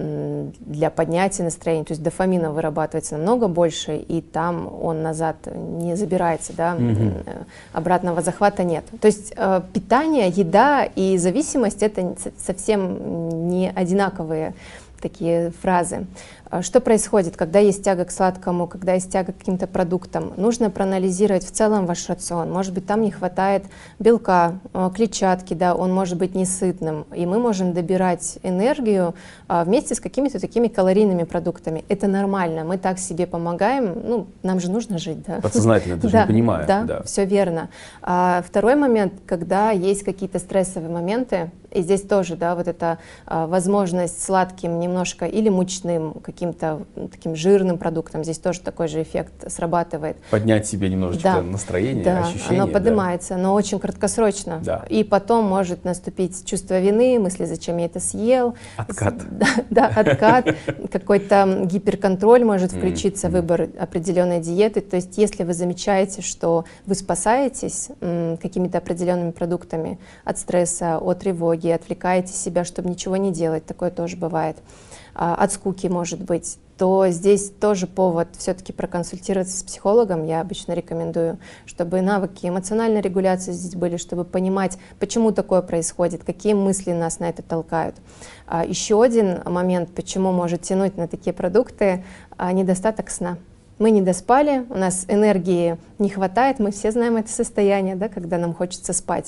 для поднятия настроения, то есть дофамина вырабатывается намного больше, и там он назад не забирается, да, обратного захвата нет. То есть питание, еда и зависимость — это совсем не одинаковые такие фразы. Что происходит, когда есть тяга к сладкому, когда есть тяга к каким-то продуктам? Нужно проанализировать в целом ваш рацион. Может быть, там не хватает белка, клетчатки, да, он может быть несытным, и мы можем добирать энергию вместе с какими-то такими калорийными продуктами. Это нормально, мы так себе помогаем, ну, нам же нужно жить, да. Подсознательно, даже не понимая. Да, все верно. Второй момент, когда есть какие-то стрессовые моменты, и здесь тоже, да, вот эта возможность сладким немножко или мучным, каким-то таким жирным продуктом, здесь тоже такой же эффект срабатывает. Поднять себе немножечко настроение, ощущение. Оно поднимается, но очень краткосрочно. И потом может наступить чувство вины, мысли, зачем я это съел. Откат. Да, откат. Какой-то гиперконтроль может включиться, выбор определенной диеты. То есть если вы замечаете, что вы спасаетесь какими-то определенными продуктами от стресса, от тревоги, отвлекаете себя, чтобы ничего не делать, такое тоже бывает, от скуки, может быть, то здесь тоже повод все-таки проконсультироваться с психологом. Я обычно рекомендую, чтобы навыки эмоциональной регуляции здесь были, чтобы понимать, почему такое происходит, какие мысли нас на это толкают. Еще один момент, почему может тянуть на такие продукты — недостаток сна. Мы не доспали, у нас энергии не хватает, мы все знаем это состояние, да, когда нам хочется спать.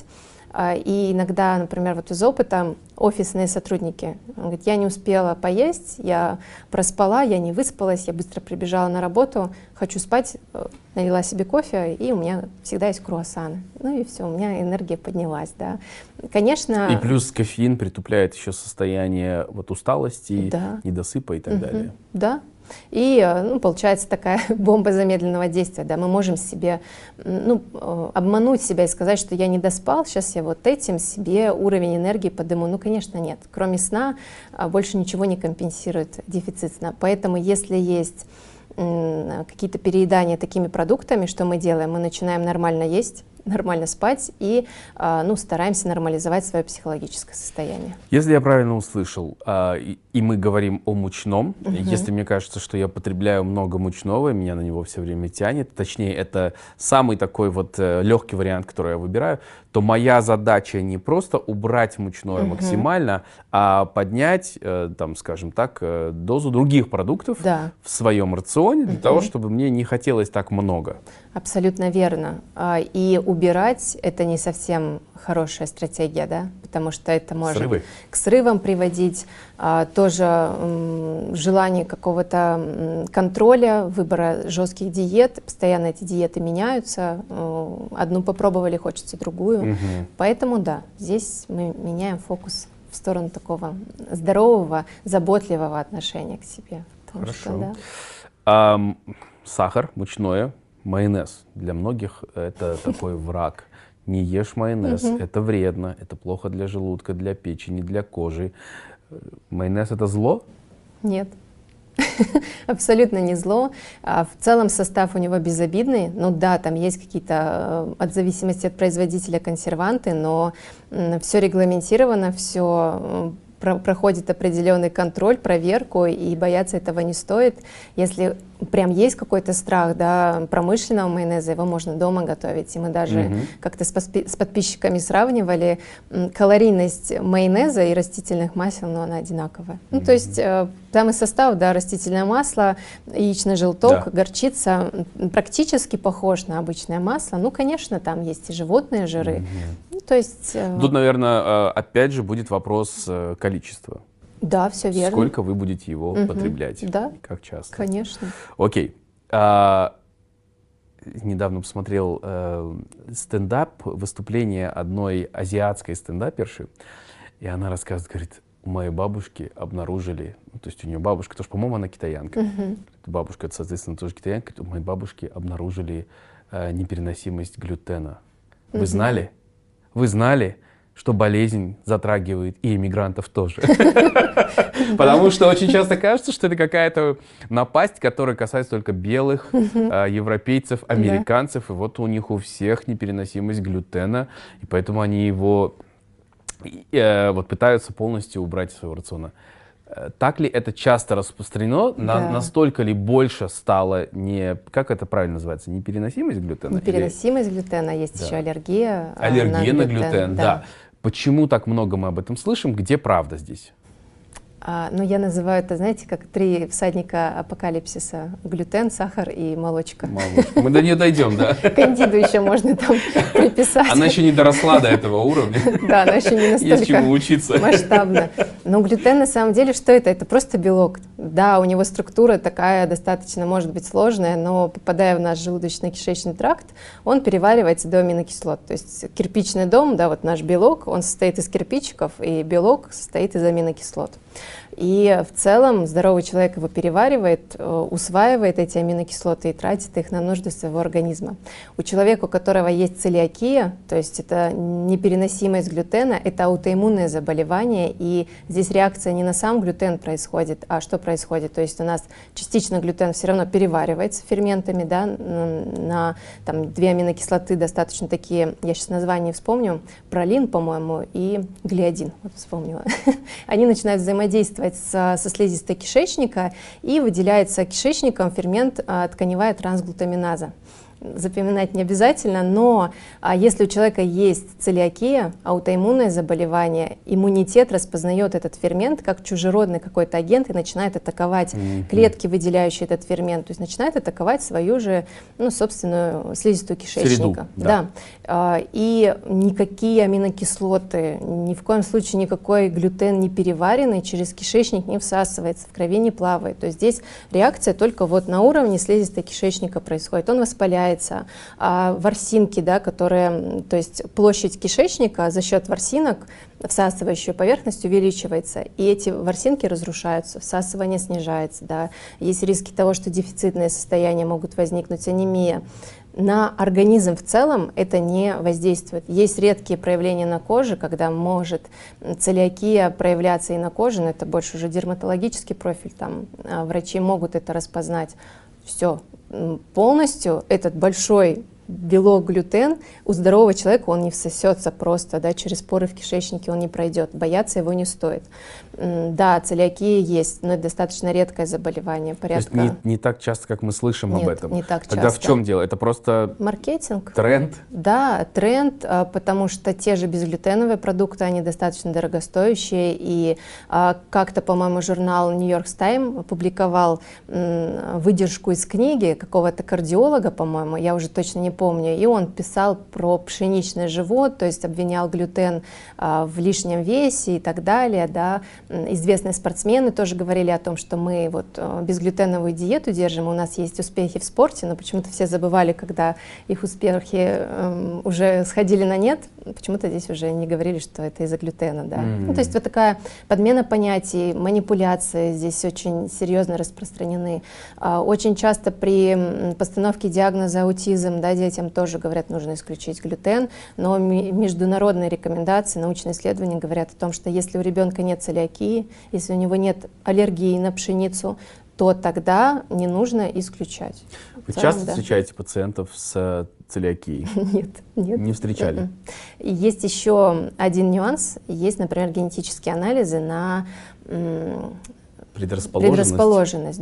И иногда, например, вот из опыта офисные сотрудники, он говорит: я не успела поесть, я проспала, я не выспалась, я быстро прибежала на работу, хочу спать, налила себе кофе, и у меня всегда есть круассаны. Ну и все, у меня энергия поднялась, да. Конечно... И плюс кофеин притупляет еще состояние вот усталости, недосыпа и так далее. Да. И получается такая бомба замедленного действия. Да? Мы можем себе обмануть себя и сказать, что я не доспал, сейчас я вот этим себе уровень энергии подниму. Ну, конечно, нет. Кроме сна больше ничего не компенсирует дефицит сна. Поэтому если есть какие-то переедания такими продуктами, что мы делаем? Мы начинаем нормально есть, нормально спать и стараемся нормализовать свое психологическое состояние. Если я правильно услышал, и мы говорим о мучном, если мне кажется, что я потребляю много мучного, меня на него все время тянет, точнее, это самый такой вот легкий вариант, который я выбираю, то моя задача не просто убрать мучное максимально, а поднять, там, скажем так, дозу других продуктов в своем рационе, для того, чтобы мне не хотелось так много. Абсолютно верно. И убирать — это не совсем хорошая стратегия, да, потому что это может к срывам приводить, тоже желание какого-то контроля, выбора жестких диет, постоянно эти диеты меняются, одну попробовали, хочется другую, поэтому да, здесь мы меняем фокус в сторону такого здорового, заботливого отношения к себе. Хорошо. Что, сахар, мучное, майонез. Для многих это такой враг. Не ешь майонез, это вредно, это плохо для желудка, для печени, для кожи. Майонез — это зло? Нет. Абсолютно не зло. В целом состав у него безобидный. Ну да, там есть какие-то, от зависимости от производителя, консерванты, но все регламентировано, все проходит определенный контроль, проверку, и бояться этого не стоит. Если прям есть какой-то страх, да, промышленного майонеза, его можно дома готовить. И мы даже как-то с подписчиками сравнивали калорийность майонеза и растительных масел, но она одинаковая. Ну, то есть там и состав, да, растительное масло, яичный желток, горчица практически похож на обычное масло. Ну, конечно, там есть и животные жиры. Ну, то есть, тут, наверное, опять же будет вопрос количества. Да, все верно. Сколько вы будете его потреблять? Да, как часто? Конечно. Окей. Недавно посмотрел стендап, выступление одной азиатской стендаперши, и она рассказывает, говорит, у моей бабушки обнаружили, ну, то есть у нее бабушка, тоже, по-моему, она китаянка, бабушка, соответственно, тоже китаянка, у моей бабушки обнаружили непереносимость глютена. Вы знали? Вы знали, что болезнь затрагивает и иммигрантов тоже? Потому что очень часто кажется, что это какая-то напасть, которая касается только белых европейцев, американцев, и вот у них у всех непереносимость глютена, и поэтому они его вот пытаются полностью убрать из своего рациона. Так ли это часто распространено? Настолько ли больше стало как это правильно называется, непереносимость глютена? Непереносимость глютена, есть еще аллергия. Аллергия на глютен, да. Почему так много мы об этом слышим? Где правда здесь? Ну, я называю это, знаете, как 3 всадника апокалипсиса: глютен, сахар и молочка. Мы до нее дойдем, да? Кандиду еще можно там приписать. Она еще не доросла до этого уровня. Да, она еще не Есть чему учиться. настолько масштабна. Но глютен, на самом деле, что это? Это просто белок. Да, у него структура такая достаточно, может быть, сложная, но попадая в наш желудочно-кишечный тракт, он переваривается до аминокислот. То есть кирпичный дом, да, вот наш белок, он состоит из кирпичиков, и белок состоит из аминокислот. И в целом здоровый человек его переваривает, усваивает эти аминокислоты и тратит их на нужды своего организма. У человека, у которого есть целиакия, то есть это непереносимость глютена, это аутоиммунное заболевание, и здесь реакция не на сам глютен происходит, а что происходит? То есть у нас частично глютен все равно переваривается ферментами, да, на там, 2 аминокислоты достаточно такие, я сейчас название вспомню, пролин, по-моему, и глиадин, вот вспомнила. Они начинают взаимодействовать со слизистой кишечника, и выделяется кишечником фермент тканевая трансглутаминаза. Запоминать не обязательно, но если у человека есть целиакия, аутоиммунное заболевание, иммунитет распознает этот фермент как чужеродный какой-то агент и начинает атаковать клетки, выделяющие этот фермент, то есть начинает атаковать свою же, ну, собственную слизистую кишечника. Среду, да. И никакие аминокислоты, ни в коем случае никакой глютен не переваренный через кишечник не всасывается, в крови не плавает. То есть здесь реакция только вот на уровне слизистой кишечника происходит. Он воспаляется. Ворсинки, да, которые, то есть площадь кишечника за счет ворсинок, всасывающую поверхность, увеличивается, и эти ворсинки разрушаются, всасывание снижается, да. Есть риски того, что дефицитные состояния могут возникнуть, анемия. На организм в целом это не воздействует. Есть редкие проявления на коже, когда может целиакия проявляться и на коже, но это больше уже дерматологический профиль, там врачи могут это распознать. Все, полностью этот большой белок, глютен, у здорового человека он не всосется просто, да, через поры в кишечнике он не пройдет, бояться его не стоит. Да, целиакия есть, но это достаточно редкое заболевание, порядка. То есть не так часто, как мы слышим об этом. Не так часто. Тогда в чем дело? Это просто маркетинг. Тренд? Да, тренд, потому что те же безглютеновые продукты, они достаточно дорогостоящие, и как-то, по-моему, журнал New York Times опубликовал выдержку из книги какого-то кардиолога, по-моему, я уже точно не помню, и он писал про пшеничный живот, то есть обвинял глютен в лишнем весе и так далее, да. Известные спортсмены тоже говорили о том, что мы вот безглютеновую диету держим, у нас есть успехи в спорте, но почему-то все забывали, когда их успехи уже сходили на нет, почему-то здесь уже не говорили, что это из-за глютена, да. Ну, то есть вот такая подмена понятий, манипуляции здесь очень серьезно распространены. Очень часто при постановке диагноза аутизм, да, детям тоже говорят, нужно исключить глютен, но международные рекомендации, научные исследования говорят о том, что если у ребенка нет целиакии, если у него нет аллергии на пшеницу, то тогда не нужно исключать. Вы часто встречаете пациентов с целиакией? Нет. Не встречали? Есть еще один нюанс. Есть, например, генетические анализы на предрасположенность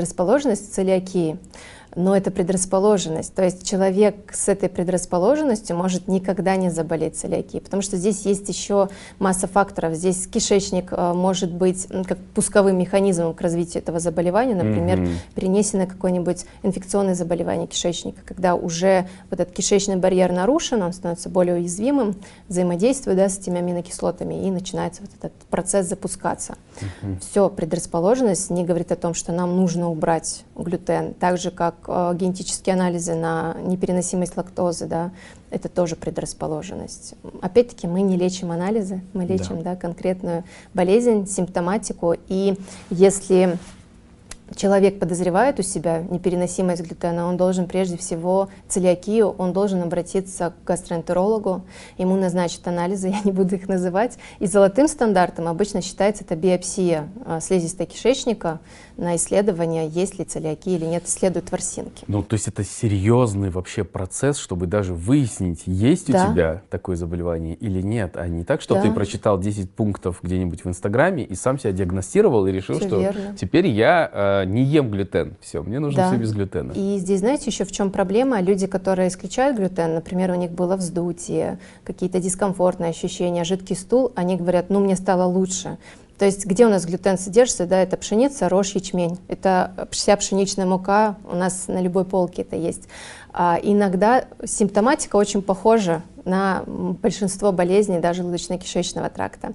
к целиакии. Но это предрасположенность, то есть человек с этой предрасположенностью может никогда не заболеть целиакией, потому что здесь есть еще масса факторов. Здесь кишечник может быть как пусковым механизмом к развитию этого заболевания, например, перенесено какое-нибудь инфекционное заболевание кишечника, когда уже вот этот кишечный барьер нарушен, он становится более уязвимым, взаимодействует, да, с этими аминокислотами, и начинается вот этот процесс запускаться. Все, предрасположенность не говорит о том, что нам нужно убрать глютен, так же как генетические анализы на непереносимость лактозы, да, это тоже предрасположенность. Опять-таки мы не лечим анализы, мы лечим, да, конкретную болезнь, симптоматику, и если человек подозревает у себя непереносимость глютена, он должен прежде всего целиакию, он должен обратиться к гастроэнтерологу, ему назначат анализы, я не буду их называть, и золотым стандартом обычно считается это биопсия слизистой кишечника на исследование, есть ли целиакия или нет, исследуют ворсинки. Ну, то есть это серьезный вообще процесс, чтобы даже выяснить, есть у тебя такое заболевание или нет, а не так, что ты прочитал 10 пунктов где-нибудь в Инстаграме и сам себя диагностировал и решил, что теперь я не ем глютен, все, мне нужно все без глютена. И здесь, знаете, еще в чем проблема? Люди, которые исключают глютен, например, у них было вздутие, какие-то дискомфортные ощущения, жидкий стул, они говорят, ну, мне стало лучше. То есть где у нас глютен содержится, да, это пшеница, рожь, ячмень. Это вся пшеничная мука, у нас на любой полке это есть. Иногда симптоматика очень похожа на большинство болезней даже желудочно-кишечного тракта.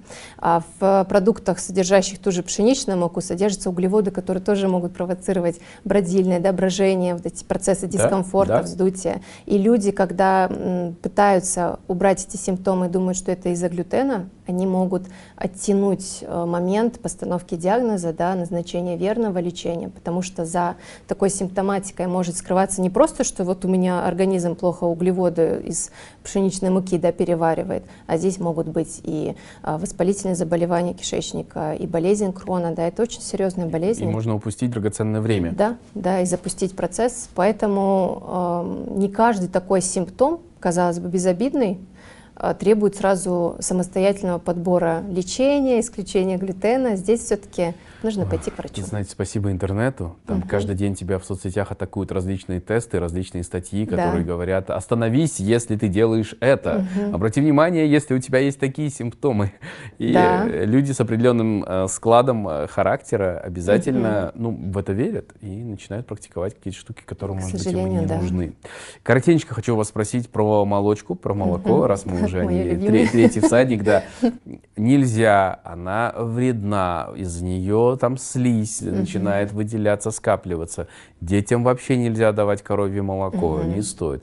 В продуктах, содержащих ту же пшеничную муку, содержатся углеводы, которые тоже могут провоцировать бродильное, да, брожение, вот эти процессы дискомфорта, вздутия. И люди, когда пытаются убрать эти симптомы и думают, что это из-за глютена, они могут оттянуть момент постановки диагноза, да, назначения верного лечения, потому что за такой симптоматикой может скрываться не просто, что вот у меня организм плохо углеводы из пшеничной муки, да, переваривает, а здесь могут быть и воспалительные заболевания кишечника, и болезнь Крона, да, это очень серьезные болезни. И можно упустить драгоценное время. Да, и запустить процесс, поэтому не каждый такой симптом, казалось бы, безобидный, требует сразу самостоятельного подбора лечения, исключения глютена. Здесь все-таки нужно пойти к врачу. Знаете, спасибо интернету. Там каждый день тебя в соцсетях атакуют различные тесты, различные статьи, которые говорят, остановись, если ты делаешь это. Обрати внимание, если у тебя есть такие симптомы. И люди с определенным складом характера обязательно в это верят и начинают практиковать какие-то штуки, которые, может быть, им не нужны. Коротенько хочу вас спросить про молочку, про молоко, раз мы уже третий всадник, да. Нельзя, она вредна, из нее там слизь начинает выделяться, скапливаться. Детям вообще нельзя давать коровье молоко, не стоит.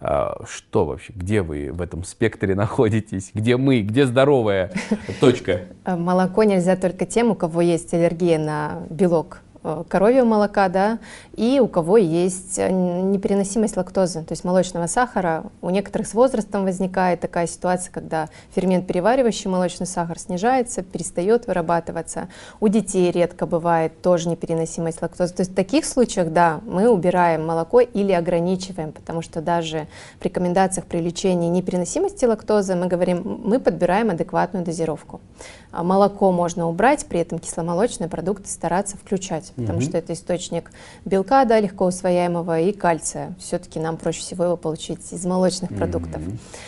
Что вообще, где вы в этом спектре находитесь? Где мы, где здоровая точка? Молоко нельзя только тем, у кого есть аллергия на белок коровьего молока, да, и у кого есть непереносимость лактозы, то есть молочного сахара. У некоторых с возрастом возникает такая ситуация, когда фермент, переваривающий молочный сахар, снижается, перестает вырабатываться. У детей редко бывает тоже непереносимость лактозы. То есть в таких случаях, да, мы убираем молоко или ограничиваем, потому что даже в рекомендациях при лечении непереносимости лактозы мы говорим, мы подбираем адекватную дозировку. Молоко можно убрать, при этом кисломолочные продукты стараться включать, потому что это источник белка, да, легко усвояемого, и кальция. Все-таки нам проще всего его получить из молочных продуктов.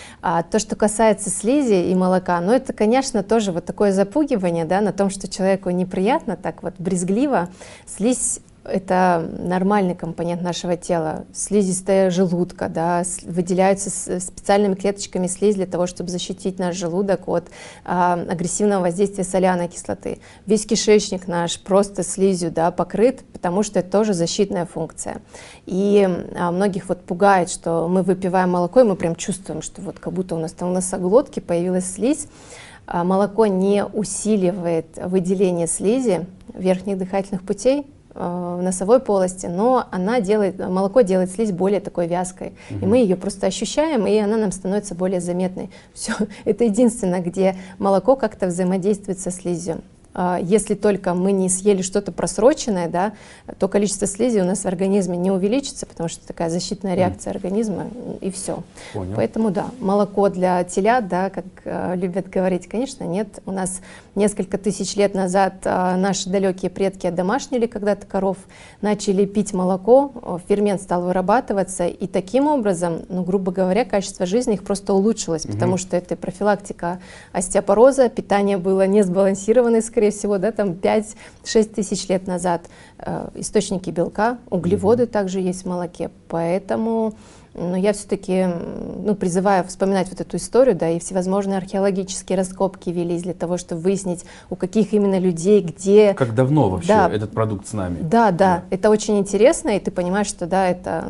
А то, что касается слизи и молока, ну это, конечно, тоже вот такое запугивание, да, на том, что человеку неприятно, так вот брезгливо. Слизь — это нормальный компонент нашего тела. Слизистая желудка, да, выделяются специальными клеточками слизь для того, чтобы защитить наш желудок от агрессивного воздействия соляной кислоты. Весь кишечник наш просто слизью, да, покрыт, потому что это тоже защитная функция. И многих вот пугает, что мы выпиваем молоко, и мы прям чувствуем, что вот как будто у нас там в носоглотке появилась слизь. Молоко не усиливает выделение слизи верхних дыхательных путей в носовой полости, но молоко делает слизь более такой вязкой. И мы ее просто ощущаем, и она нам становится более заметной. Все, это единственное, где молоко как-то взаимодействует со слизью. Если только мы не съели что-то просроченное, да, то количество слизи у нас в организме не увеличится, потому что такая защитная реакция организма, и все. Понял. Поэтому да, молоко для телят, да, как любят говорить, конечно, нет. У нас несколько тысяч лет назад наши далекие предки одомашнили когда-то коров, начали пить молоко, фермент стал вырабатываться, и таким образом, ну, грубо говоря, качество жизни их просто улучшилось, потому что это профилактика остеопороза, питание было не сбалансированное, скорее всего, да, там 5-6 тысяч лет назад. Источники белка, углеводы также есть в молоке, поэтому я все-таки призываю вспоминать вот эту историю, да, и всевозможные археологические раскопки велись для того, чтобы выяснить, у каких именно людей, где. Как давно вообще да, этот продукт с нами? Да, это очень интересно, и ты понимаешь, что да, это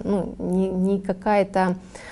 не какая-то,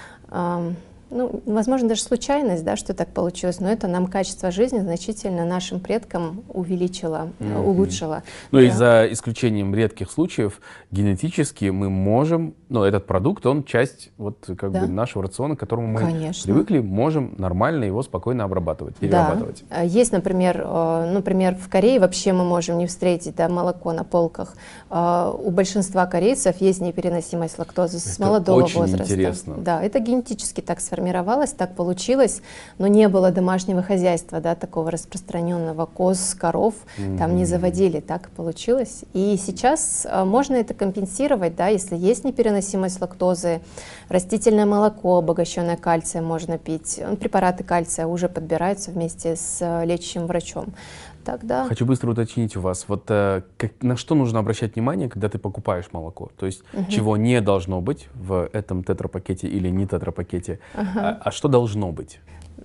возможно, даже случайность, да, что так получилось, но это нам качество жизни значительно нашим предкам увеличило, улучшило. Ну и за исключением редких случаев, генетически мы можем, этот продукт, он часть вот как бы нашего рациона, к которому мы привыкли, можем нормально его спокойно обрабатывать, перерабатывать. Да. Есть, например, в Корее вообще мы можем не встретить, да, молоко на полках. У большинства корейцев есть непереносимость лактозы с молодого возраста. Очень интересно. Да, это генетически так сформировалось, так получилось, но не было домашнего хозяйства, да, такого распространенного, коз, коров там не заводили, так получилось. И сейчас можно это компенсировать, да, если есть непереносимость лактозы, растительное молоко, обогащенное кальцием можно пить, препараты кальция уже подбираются вместе с лечащим врачом. Тогда. Хочу быстро уточнить у вас, вот на что нужно обращать внимание, когда ты покупаешь молоко? То есть чего не должно быть в этом тетрапакете или не тетрапакете, а что должно быть?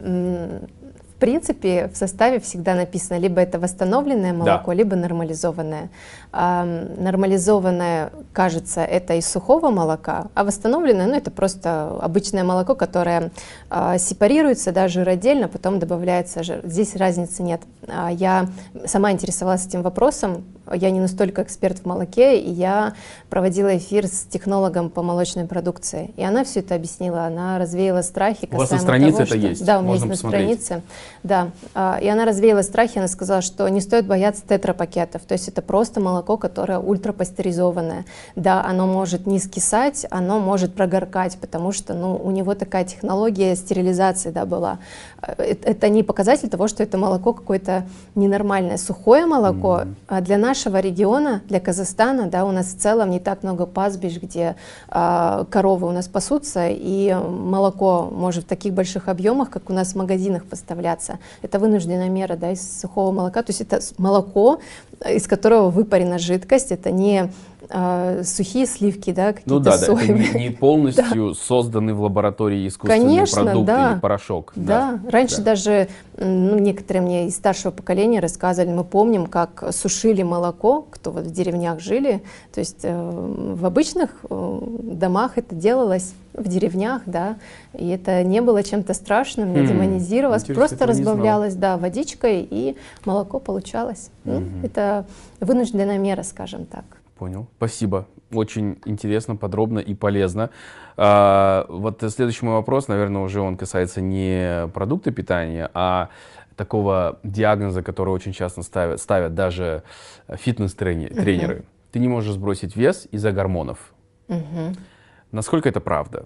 В принципе, в составе всегда написано, либо это восстановленное молоко, либо нормализованное. Нормализованное, кажется, это из сухого молока, а восстановленное, это просто обычное молоко, которое сепарируется, да, жиродельно, потом добавляется жир. Здесь разницы нет. Я сама интересовалась этим вопросом, я не настолько эксперт в молоке, и я проводила эфир с технологом по молочной продукции, и она все это объяснила, она развеяла страхи. У вас на странице это есть? Да, у меня есть на странице. Да, и она развеяла страхи, она сказала, что не стоит бояться тетрапакетов, то есть это просто молоко, которое ультрапастеризованное. Да, оно может не скисать, оно может прогоркать, потому что у него такая технология стерилизации, да, была. Это не показатель того, что это молоко какое-то ненормальное. Сухое молоко для нашего региона, для Казахстана, да, у нас в целом не так много пастбищ, где коровы у нас пасутся, и молоко может в таких больших объемах, как у нас в магазинах, поставляться. Это вынужденная мера, да, из сухого молока. То есть это молоко, из которого выпарена жидкость, это не сухие сливки, да, какие-то соевые. Это не полностью созданный в лаборатории искусственный продукт или порошок. Да, раньше даже некоторые мне из старшего поколения рассказывали, мы помним, как сушили молоко, кто вот в деревнях жили, то есть в обычных домах это делалось, в деревнях, да, и это не было чем-то страшным, не демонизировалось, просто разбавлялось, да, водичкой, и молоко получалось. Это вынужденная мера, скажем так. Понял. Спасибо. Очень интересно, подробно и полезно. Вот следующий мой вопрос, наверное, уже он касается не продукта питания, а такого диагноза, который очень часто ставят даже фитнес-тренеры. Ты не можешь сбросить вес из-за гормонов. Насколько это правда?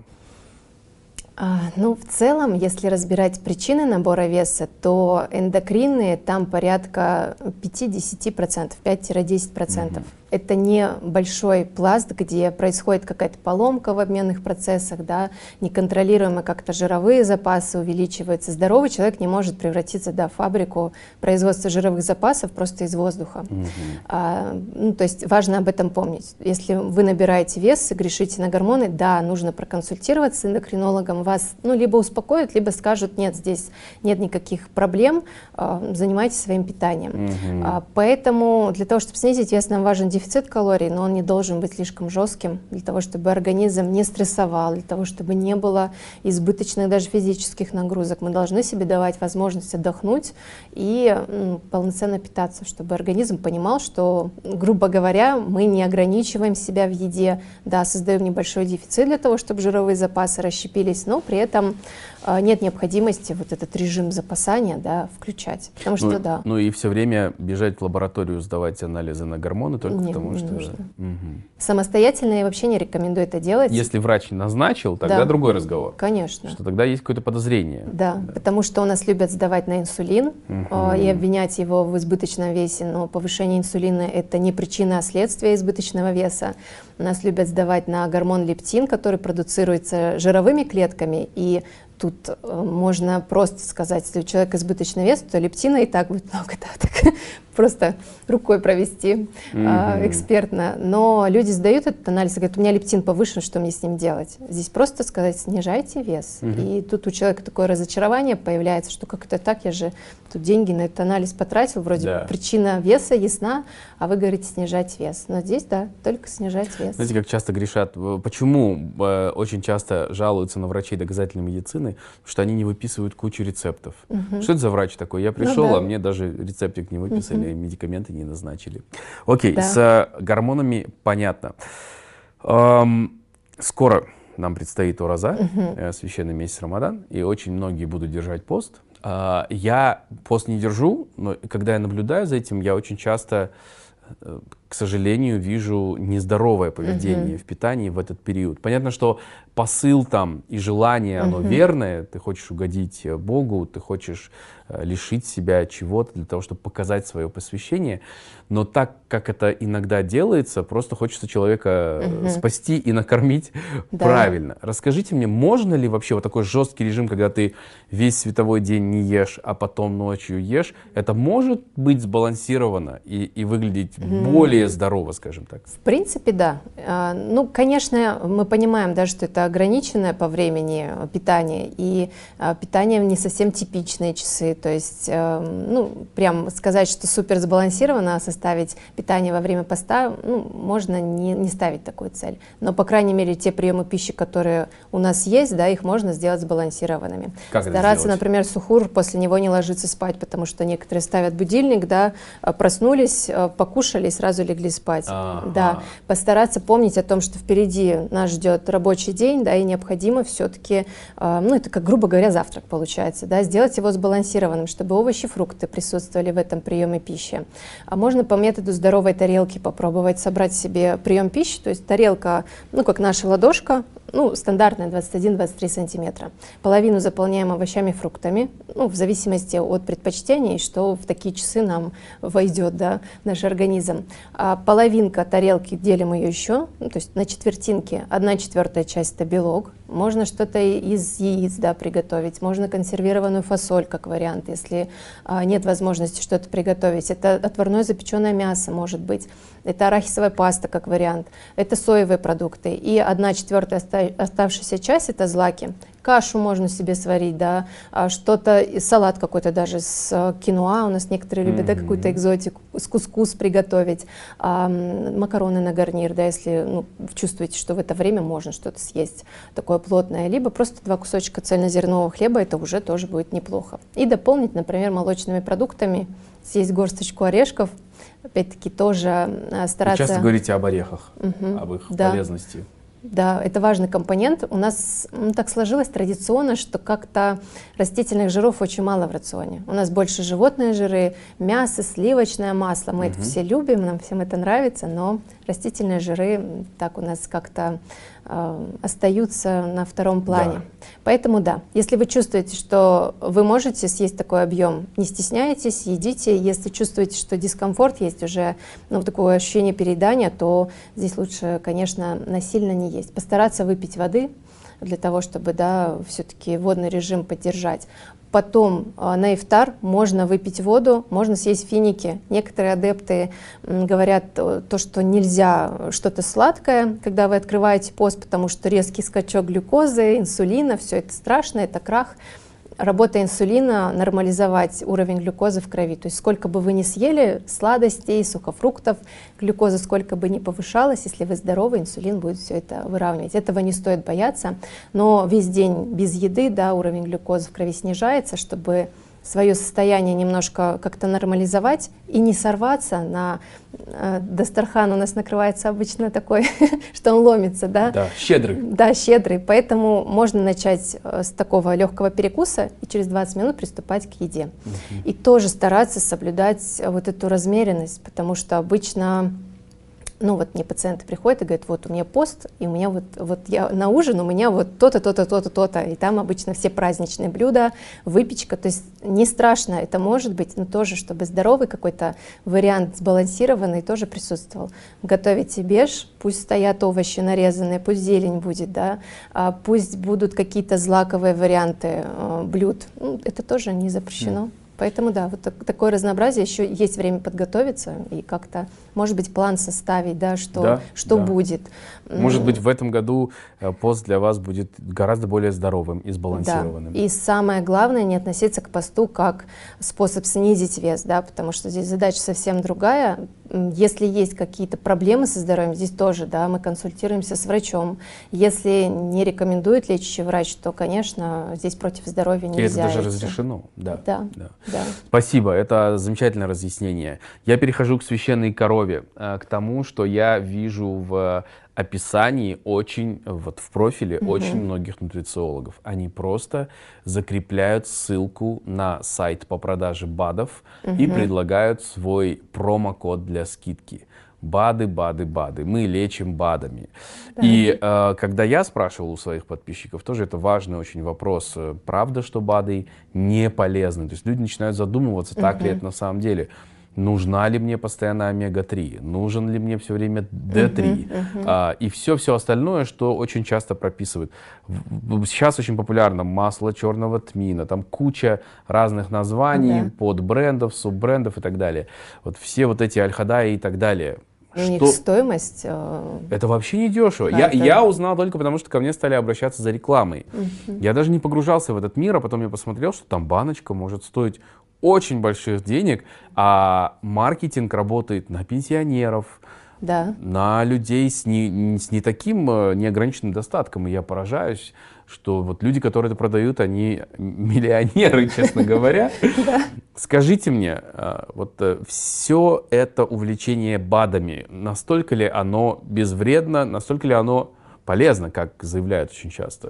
Ну, в целом, если разбирать причины набора веса, то эндокринные там порядка 5-10%, 5-10%. Это не большой пласт, где происходит какая-то поломка в обменных процессах, да, неконтролируемо как-то жировые запасы увеличиваются. Здоровый человек не может превратиться в фабрику производства жировых запасов просто из воздуха. То есть важно об этом помнить. Если вы набираете вес и грешите на гормоны, да, нужно проконсультироваться с эндокринологом, вас либо успокоят, либо скажут, нет, здесь нет никаких проблем, занимайтесь своим питанием. Поэтому для того, чтобы снизить вес, нам важен дефицит калорий, но он не должен быть слишком жестким, для того, чтобы организм не стрессовал, для того, чтобы не было избыточных даже физических нагрузок. Мы должны себе давать возможность отдохнуть и полноценно питаться, чтобы организм понимал, что, грубо говоря, мы не ограничиваем себя в еде, да, создаем небольшой дефицит для того, чтобы жировые запасы расщепились, но при этом нет необходимости вот этот режим запасания, да, включать. Потому что, да. Ну и все время бежать в лабораторию, сдавать анализы на гормоны только потому, что... Самостоятельно я вообще не рекомендую это делать. Если врач назначил, тогда другой разговор. Конечно. Что тогда есть какое-то подозрение. Да, потому что у нас любят сдавать на инсулин и обвинять его в избыточном весе, но повышение инсулина – это не причина, а следствие избыточного веса. У нас любят сдавать на гормон лептин, который продуцируется жировыми клетками, и тут можно просто сказать, если у человека избыточный вес, то лептина и так будет много, да, так просто рукой провести экспертно. Но люди сдают этот анализ и говорят, у меня лептин повышен, что мне с ним делать? Здесь просто сказать, снижайте вес. И тут у человека такое разочарование появляется, что как это так, я же тут деньги на этот анализ потратил, вроде причина веса ясна, а вы говорите снижать вес. Но здесь, да, только снижать вес. Знаете, как часто грешат, почему очень часто жалуются на врачей доказательной медицины, что они не выписывают кучу рецептов. Что это за врач такой? Я пришел, а мне даже рецептик не выписали, медикаменты не назначили. Окей, с гормонами понятно. Скоро нам предстоит Ураза, священный месяц Рамадан, и очень многие будут держать пост. Я пост не держу, но когда я наблюдаю за этим, я очень часто, к сожалению, вижу нездоровое поведение в питании в этот период. Понятно, что посыл там и желание, оно верное, ты хочешь угодить Богу, ты хочешь лишить себя чего-то для того, чтобы показать свое посвящение, но так, как это иногда делается, просто хочется человека спасти и накормить правильно. Расскажите мне, можно ли вообще вот такой жесткий режим, когда ты весь световой день не ешь, а потом ночью ешь, это может быть сбалансировано и выглядеть более здорово, скажем так? В принципе, да. Ну, конечно, мы понимаем, да, что это ограниченное по времени питание, и питание не совсем типичные часы, то есть, ну, прям сказать, что супер сбалансировано, составить питание во время поста, ну, можно не ставить такую цель. Но, по крайней мере, те приемы пищи, которые у нас есть, да, их можно сделать сбалансированными. Как стараться, например, сухур, после него не ложиться спать, потому что некоторые ставят будильник, да, проснулись, покушали и сразу легли спать. Да, постараться помнить о том, что впереди нас ждет рабочий день, да, и необходимо все-таки, ну, это как, грубо говоря, завтрак получается, да, сделать его сбалансированным, чтобы овощи, фрукты присутствовали в этом приеме пищи. А можно по методу здоровой тарелки попробовать собрать себе прием пищи, то есть тарелка, ну, как наша ладошка, ну, стандартная 21-23 сантиметра. Половину заполняем овощами, фруктами, ну, в зависимости от предпочтений, что в такие часы нам войдет, да, в наш организм. А половинка тарелки, делим ее еще, ну, то есть на четвертинки, 1/4 часть это белок. Можно что-то из яиц, да, приготовить, можно консервированную фасоль как вариант, если нет возможности что-то приготовить. Это отварное запеченное мясо может быть, это арахисовая паста как вариант, это соевые продукты. И 1/4 оставшаяся часть это злаки. Кашу можно себе сварить, да, что-то, салат какой-то даже с киноа, у нас некоторые любят, да, какую-то экзотику, с кускус приготовить, макароны на гарнир, да, если, ну, чувствуете, что в это время можно что-то съесть такое плотное, либо просто 2 кусочка цельнозернового хлеба, это уже тоже будет неплохо. И дополнить, например, молочными продуктами, съесть горсточку орешков, опять-таки тоже стараться... Вы часто говорите об орехах, об их полезности. Да, это важный компонент. У нас так сложилось традиционно, что как-то растительных жиров очень мало в рационе. У нас больше животные жиры, мясо, сливочное масло. Мы это все любим, нам всем это нравится, но растительные жиры так у нас как-то остаются на втором плане. Да. Поэтому да, если вы чувствуете, что вы можете съесть такой объем, не стесняйтесь, едите. Если чувствуете, что дискомфорт есть уже, такое ощущение переедания, то здесь лучше, конечно, насильно не есть. Постараться выпить воды для того, чтобы, да, все-таки водный режим поддержать. Потом на ифтар можно выпить воду, можно съесть финики. Некоторые адепты говорят то, что нельзя что-то сладкое, когда вы открываете пост, потому что резкий скачок глюкозы, инсулина, все это страшно, это крах. Работа инсулина — нормализовать уровень глюкозы в крови. То есть сколько бы вы ни съели сладостей, сухофруктов, глюкоза сколько бы ни повышалась, если вы здоровы, инсулин будет все это выравнивать. Этого не стоит бояться, но весь день без еды, да, уровень глюкозы в крови снижается, чтобы свое состояние немножко как-то нормализовать и не сорваться на дастархан. У нас накрывается обычно такой, что он ломится, да? Да, щедрый. Да, щедрый. Поэтому можно начать с такого легкого перекуса и через 20 минут приступать к еде. И тоже стараться соблюдать вот эту размеренность, потому что обычно... мне пациенты приходят и говорят, вот у меня пост, и у меня вот я на ужин у меня вот то-то, то-то, то-то, то-то. И там обычно все праздничные блюда, выпечка. То есть не страшно, это может быть, но тоже, чтобы здоровый какой-то вариант, сбалансированный, тоже присутствовал. Готовите беш, пусть стоят овощи нарезанные, пусть зелень будет, да, пусть будут какие-то злаковые варианты блюд. Это тоже не запрещено. Поэтому да, вот такое разнообразие, еще есть время подготовиться и как-то, может быть, план составить, да, что будет. Может быть, в этом году пост для вас будет гораздо более здоровым и сбалансированным. Да. И самое главное, не относиться к посту как способ снизить вес, да, потому что здесь задача совсем другая. Если есть какие-то проблемы со здоровьем, здесь тоже, да, мы консультируемся с врачом. Если не рекомендует лечащий врач, то, конечно, здесь против здоровья нельзя. И это даже разрешено, да. Да. Спасибо, это замечательное разъяснение. Я перехожу к священной корове, к тому, что я вижу в описании в профиле очень многих нутрициологов. Они просто закрепляют ссылку на сайт по продаже БАДов и предлагают свой промокод для скидки. БАДы, БАДы, БАДы. Мы лечим БАДами. Да. И когда я спрашивал у своих подписчиков, тоже это важный очень вопрос. Правда, что БАДы не полезны? То есть люди начинают задумываться, так ли это на самом деле. Нужна ли мне постоянно омега-3? Нужен ли мне все время D3? И все остальное, что очень часто прописывают. Сейчас очень популярно масло черного тмина, там куча разных названий, подбрендов, суббрендов и так далее. Вот все вот эти альхадаи и так далее. У них стоимость... Это вообще не дешево. Я узнал только потому, что ко мне стали обращаться за рекламой. Я даже не погружался в этот мир, а потом я посмотрел, что там баночка может стоить очень больших денег, а маркетинг работает на пенсионеров, на людей с не таким неограниченным достатком. И я поражаюсь, что вот люди, которые это продают, они миллионеры, честно говоря. Скажите мне, вот все это увлечение БАДами, настолько ли оно безвредно, настолько ли оно полезно, как заявляют очень часто?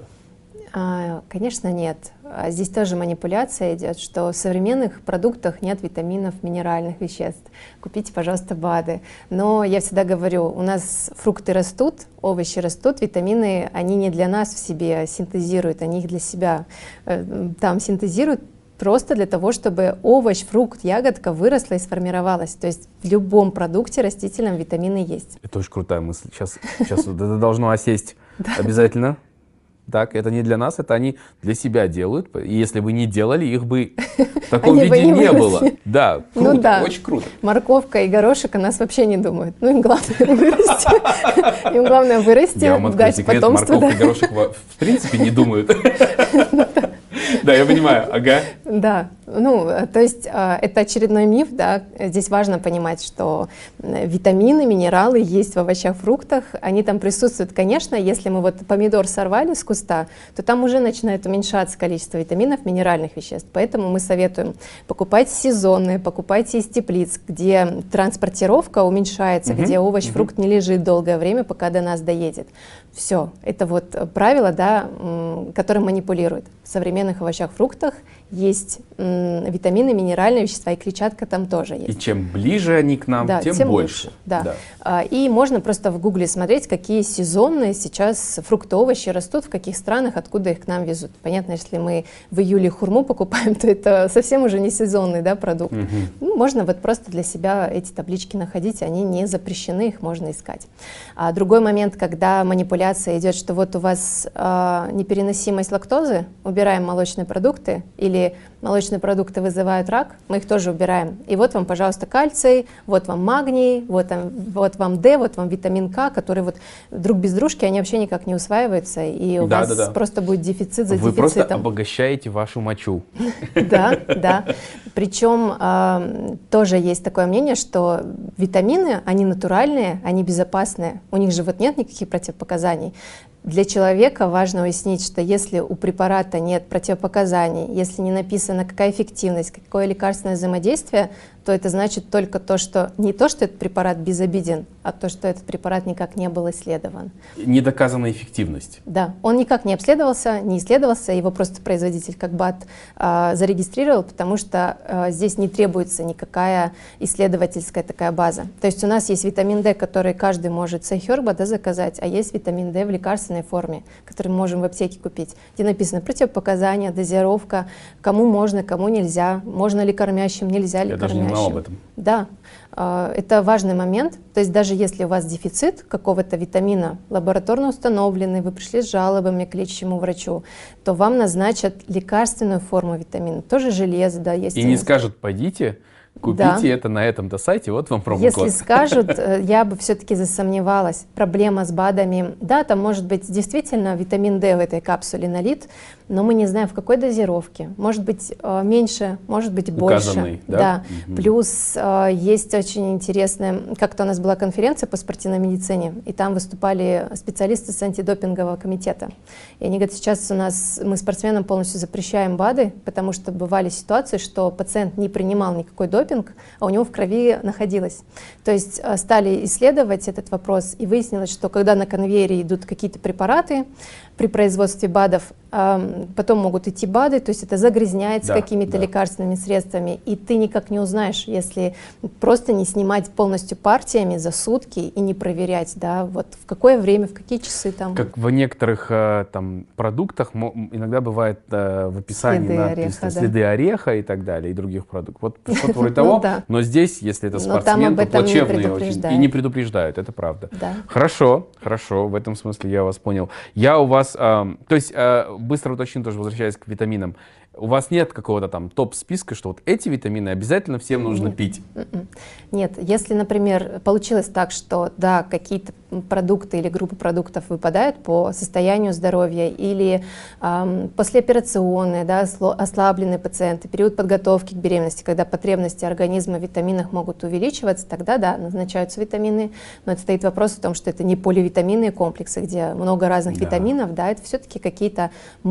Конечно, нет. Здесь тоже манипуляция идет, что в современных продуктах нет витаминов, минеральных веществ. Купите, пожалуйста, БАДы. Но я всегда говорю, у нас фрукты растут, овощи растут, витамины, они не для нас в себе синтезируют, они их для себя там синтезируют, просто для того, чтобы овощ, фрукт, ягодка выросла и сформировалась. То есть в любом продукте растительном витамины есть. Это очень крутая мысль. Сейчас это должно осесть обязательно. Так, это не для нас, это они для себя делают. И если бы не делали, их бы в таком виде не было. Да, круто, очень круто. Морковка и горошек о нас вообще не думают. Им главное вырасти. Им главное вырасти, дать потомство. Морковка и горошек в принципе не думают. Да, я понимаю, ага. Да, Ну, то есть это очередной миф, да. Здесь важно понимать, что витамины, минералы есть в овощах, фруктах, они там присутствуют. Конечно, если мы вот помидор сорвали с куста, то там уже начинает уменьшаться количество витаминов, минеральных веществ. Поэтому мы советуем покупать сезонные, покупайте из теплиц, где транспортировка уменьшается, где овощ, фрукт не лежит долгое время, пока до нас доедет. Все, это вот правило, да, которым манипулируют. В современных овощах, фруктах есть витамины, минеральные вещества, и клетчатка там тоже есть. И чем ближе они к нам, да, тем больше. Да. И можно просто в гугле смотреть, какие сезонные сейчас фрукты, овощи растут, в каких странах, откуда их к нам везут. Понятно, если мы в июле хурму покупаем, то это совсем уже не сезонный, да, продукт. Ну, можно вот просто для себя эти таблички находить, они не запрещены, их можно искать. Другой момент, когда манипуляция идет, что вот у вас непереносимость лактозы, убираем молочные продукты, или молочные продукты вызывают рак, мы их тоже убираем. И вот вам, пожалуйста, кальций, вот вам магний, вот вам D, вот вам витамин К, которые вот друг без дружки, они вообще никак не усваиваются, и у вас просто будет дефицит за дефицитом. Вы просто обогащаете вашу мочу. Да, да. Причем тоже есть такое мнение, что витамины, они натуральные, они безопасные, у них же вот нет никаких противопоказаний. Для человека важно уяснить, что если у препарата нет противопоказаний, если не написано, какая эффективность, какое лекарственное взаимодействие, то это значит только то, что не то, что этот препарат безобиден, а то, что этот препарат никак не был исследован. Недоказанная эффективность. Да, он никак не обследовался, не исследовался, его просто производитель как БАТ зарегистрировал, потому что здесь не требуется никакая исследовательская такая база. То есть у нас есть витамин D, который каждый может с iHerb, да, заказать, а есть витамин D в лекарственной форме, который мы можем в аптеке купить, где написано противопоказания, дозировка, кому можно, кому нельзя, можно ли кормящим, нельзя ли кормящим. Я даже не знал об этом. Да, это важный момент. То есть даже если у вас дефицит какого-то витамина, лабораторно установленный, вы пришли с жалобами к лечащему врачу, то вам назначат лекарственную форму витамина, тоже железо, да, есть. И не скажут, пойдите, купите это на этом-то сайте, вот вам промокод. Если скажут, я бы все-таки засомневалась. Проблема с БАДами, да, там может быть действительно витамин D в этой капсуле налит, но мы не знаем, в какой дозировке. Может быть меньше, может быть больше. Указанный, да? Угу. Плюс есть очень интересная, как-то у нас была конференция по спортивной медицине, и там выступали специалисты с антидопингового комитета. И они говорят, сейчас у нас, мы спортсменам полностью запрещаем БАДы, потому что бывали ситуации, что пациент не принимал никакой допинг, а у него в крови находилось. То есть стали исследовать этот вопрос, и выяснилось, что когда на конвейере идут какие-то препараты при производстве БАДов, потом могут идти БАДы, то есть это загрязняется какими-то лекарственными средствами, и ты никак не узнаешь, если просто не снимать полностью партиями за сутки и не проверять, да, вот в какое время, в какие часы там. Как в некоторых там продуктах иногда бывает в описании следы ореха и так далее, и других продуктов. Вот что-то вроде того, но здесь, если это спортсмен, то плачевные очень, и не предупреждают, это правда. Хорошо, хорошо, в этом смысле я вас понял. Я у вас, то есть быстро уточню, тоже возвращаясь к витаминам, у вас нет какого-то там топ-списка, что вот эти витамины обязательно всем нужно пить? Нет, если, например, получилось так, что да, какие-то продукты или группы продуктов выпадают по состоянию здоровья или послеоперационные, да, ослабленные пациенты, период подготовки к беременности, когда потребности организма в витаминах могут увеличиваться, тогда да, назначаются витамины, но это стоит вопрос о том, что это не поливитаминные комплексы, где много разных витаминов, да, это все-таки какие-то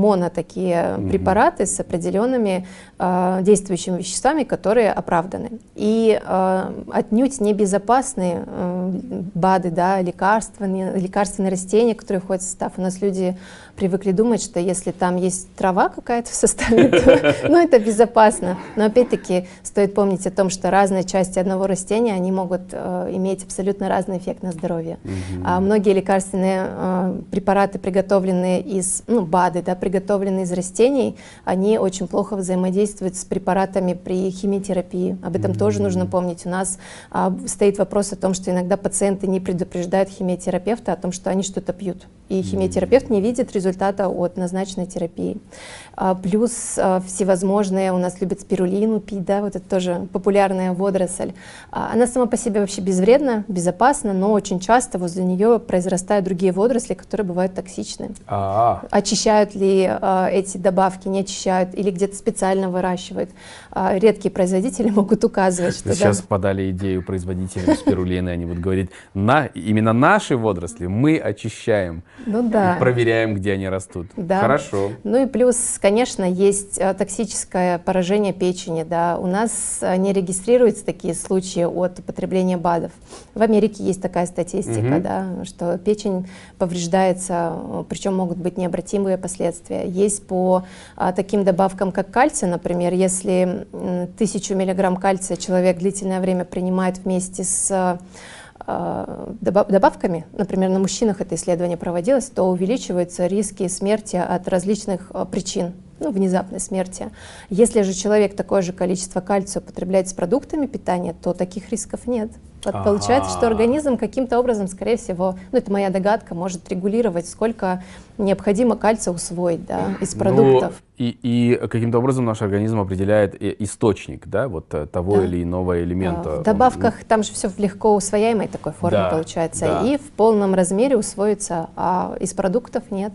такие препараты с определенными действующими веществами, которые оправданы. И отнюдь небезопасные БАДы, да, лекарственные растения, которые входят в состав. У нас люди привыкли думать, что если там есть трава какая-то в составе, то это безопасно. Но опять-таки стоит помнить о том, что разные части одного растения, они могут иметь абсолютно разный эффект на здоровье. Многие лекарственные препараты, приготовленные из, БАДы, да, приготовленные из растений, они очень плохо взаимодействуют с препаратами при химиотерапии. Об этом тоже нужно помнить. У нас стоит вопрос о том, что иногда пациенты не предупреждают химиотерапевта о том, что они что-то пьют. И химиотерапевт не видит результата от назначенной терапии. Плюс всевозможные, у нас любят спирулину пить, да, вот это тоже популярная водоросль. Она сама по себе вообще безвредна, безопасна, но очень часто возле нее произрастают другие водоросли, которые бывают токсичны. Очищают ли эти добавки, не очищают. нет, или где-то специально выращивают. Редкие производители могут указывать, что... Сейчас подали идею производителям спирулины, они будут говорить, именно наши водоросли мы очищаем и проверяем, где они растут. Да. Хорошо. Ну и плюс, конечно, есть токсическое поражение печени. Да. У нас не регистрируются такие случаи от употребления БАДов. В Америке есть такая статистика, да, что печень повреждается, причем могут быть необратимые последствия. Есть по таким добавкам, как кальций, например, если 1000 миллиграмм кальция человек длительное время принимает вместе с добавками, например, на мужчинах это исследование проводилось, то увеличиваются риски смерти от различных причин, внезапной смерти. Если же человек такое же количество кальция употребляет с продуктами питания, то таких рисков нет. Получается, что организм каким-то образом, скорее всего, это моя догадка, может регулировать, сколько необходимо кальция усвоить, да, из продуктов. И каким-то образом наш организм определяет источник, да, того или иного элемента. В добавках там же все в легко усвояемой такой форме получается, и в полном размере усвоится, а из продуктов нет.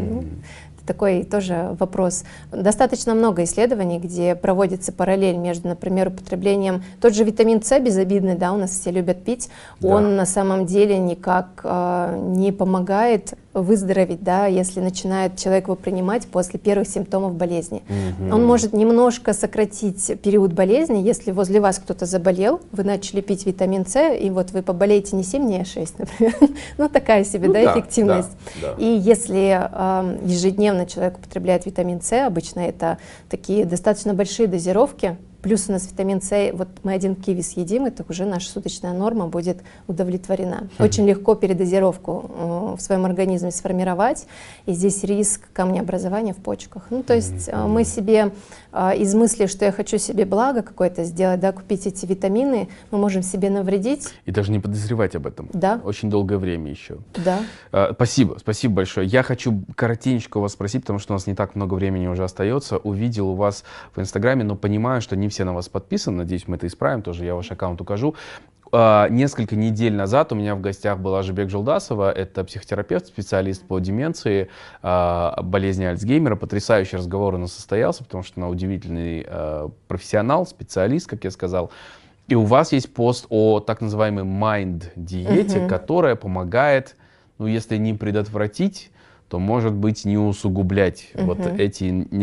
Такой тоже вопрос. Достаточно много исследований, где проводится параллель между, например, употреблением, тот же витамин С безобидный, да, у нас все любят пить, он на самом деле никак не помогает выздороветь, да, если начинает человек его принимать после первых симптомов болезни. Он может немножко сократить период болезни, если возле вас кто-то заболел, вы начали пить витамин С, и вот вы поболеете не 7 дней, а 6, например. Такая себе, эффективность. И если ежедневно человек употребляет витамин С, обычно это такие достаточно большие дозировки, плюс у нас витамин С, вот мы 1 киви съедим, это уже наша суточная норма будет удовлетворена. Очень легко передозировку в своем организме сформировать, и здесь риск камнеобразования в почках. То есть мы себе из мысли, что я хочу себе благо какое-то сделать, да, купить эти витамины, мы можем себе навредить. И даже не подозревать об этом. Да. Очень долгое время еще. Да. Спасибо большое. Я хочу коротенько у вас спросить, потому что у нас не так много времени уже остается. Увидел у вас в Инстаграме, но понимаю, что не все на вас подписаны. Надеюсь, мы это исправим, тоже я ваш аккаунт укажу. Несколько недель назад у меня в гостях была Ажибек Жолдасова, это психотерапевт, специалист по деменции, болезни Альцгеймера. Потрясающий разговор у нас состоялся, потому что она удивительный профессионал, специалист, как я сказал. И у вас есть пост о так называемой майнд-диете, которая помогает, если не предотвратить, то, может быть, не усугублять вот эти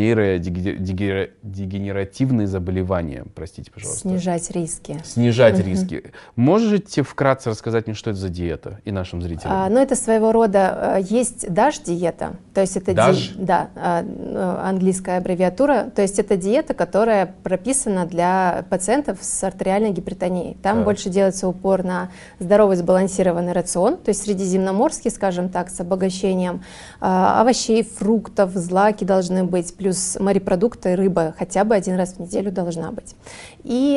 нейродегенеративные заболевания. Простите, пожалуйста. Снижать риски. Снижать риски. Можете вкратце рассказать мне, что это за диета и нашим зрителям? Это своего рода, есть DASH-диета, то есть это английская аббревиатура, то есть это диета, которая прописана для пациентов с артериальной гипертонией. Там больше делается упор на здоровый сбалансированный рацион, то есть средиземноморский, скажем так, с обогащением овощей, фруктов, злаки должны быть, плюс морепродукты, рыба хотя бы 1 раз в неделю должна быть. И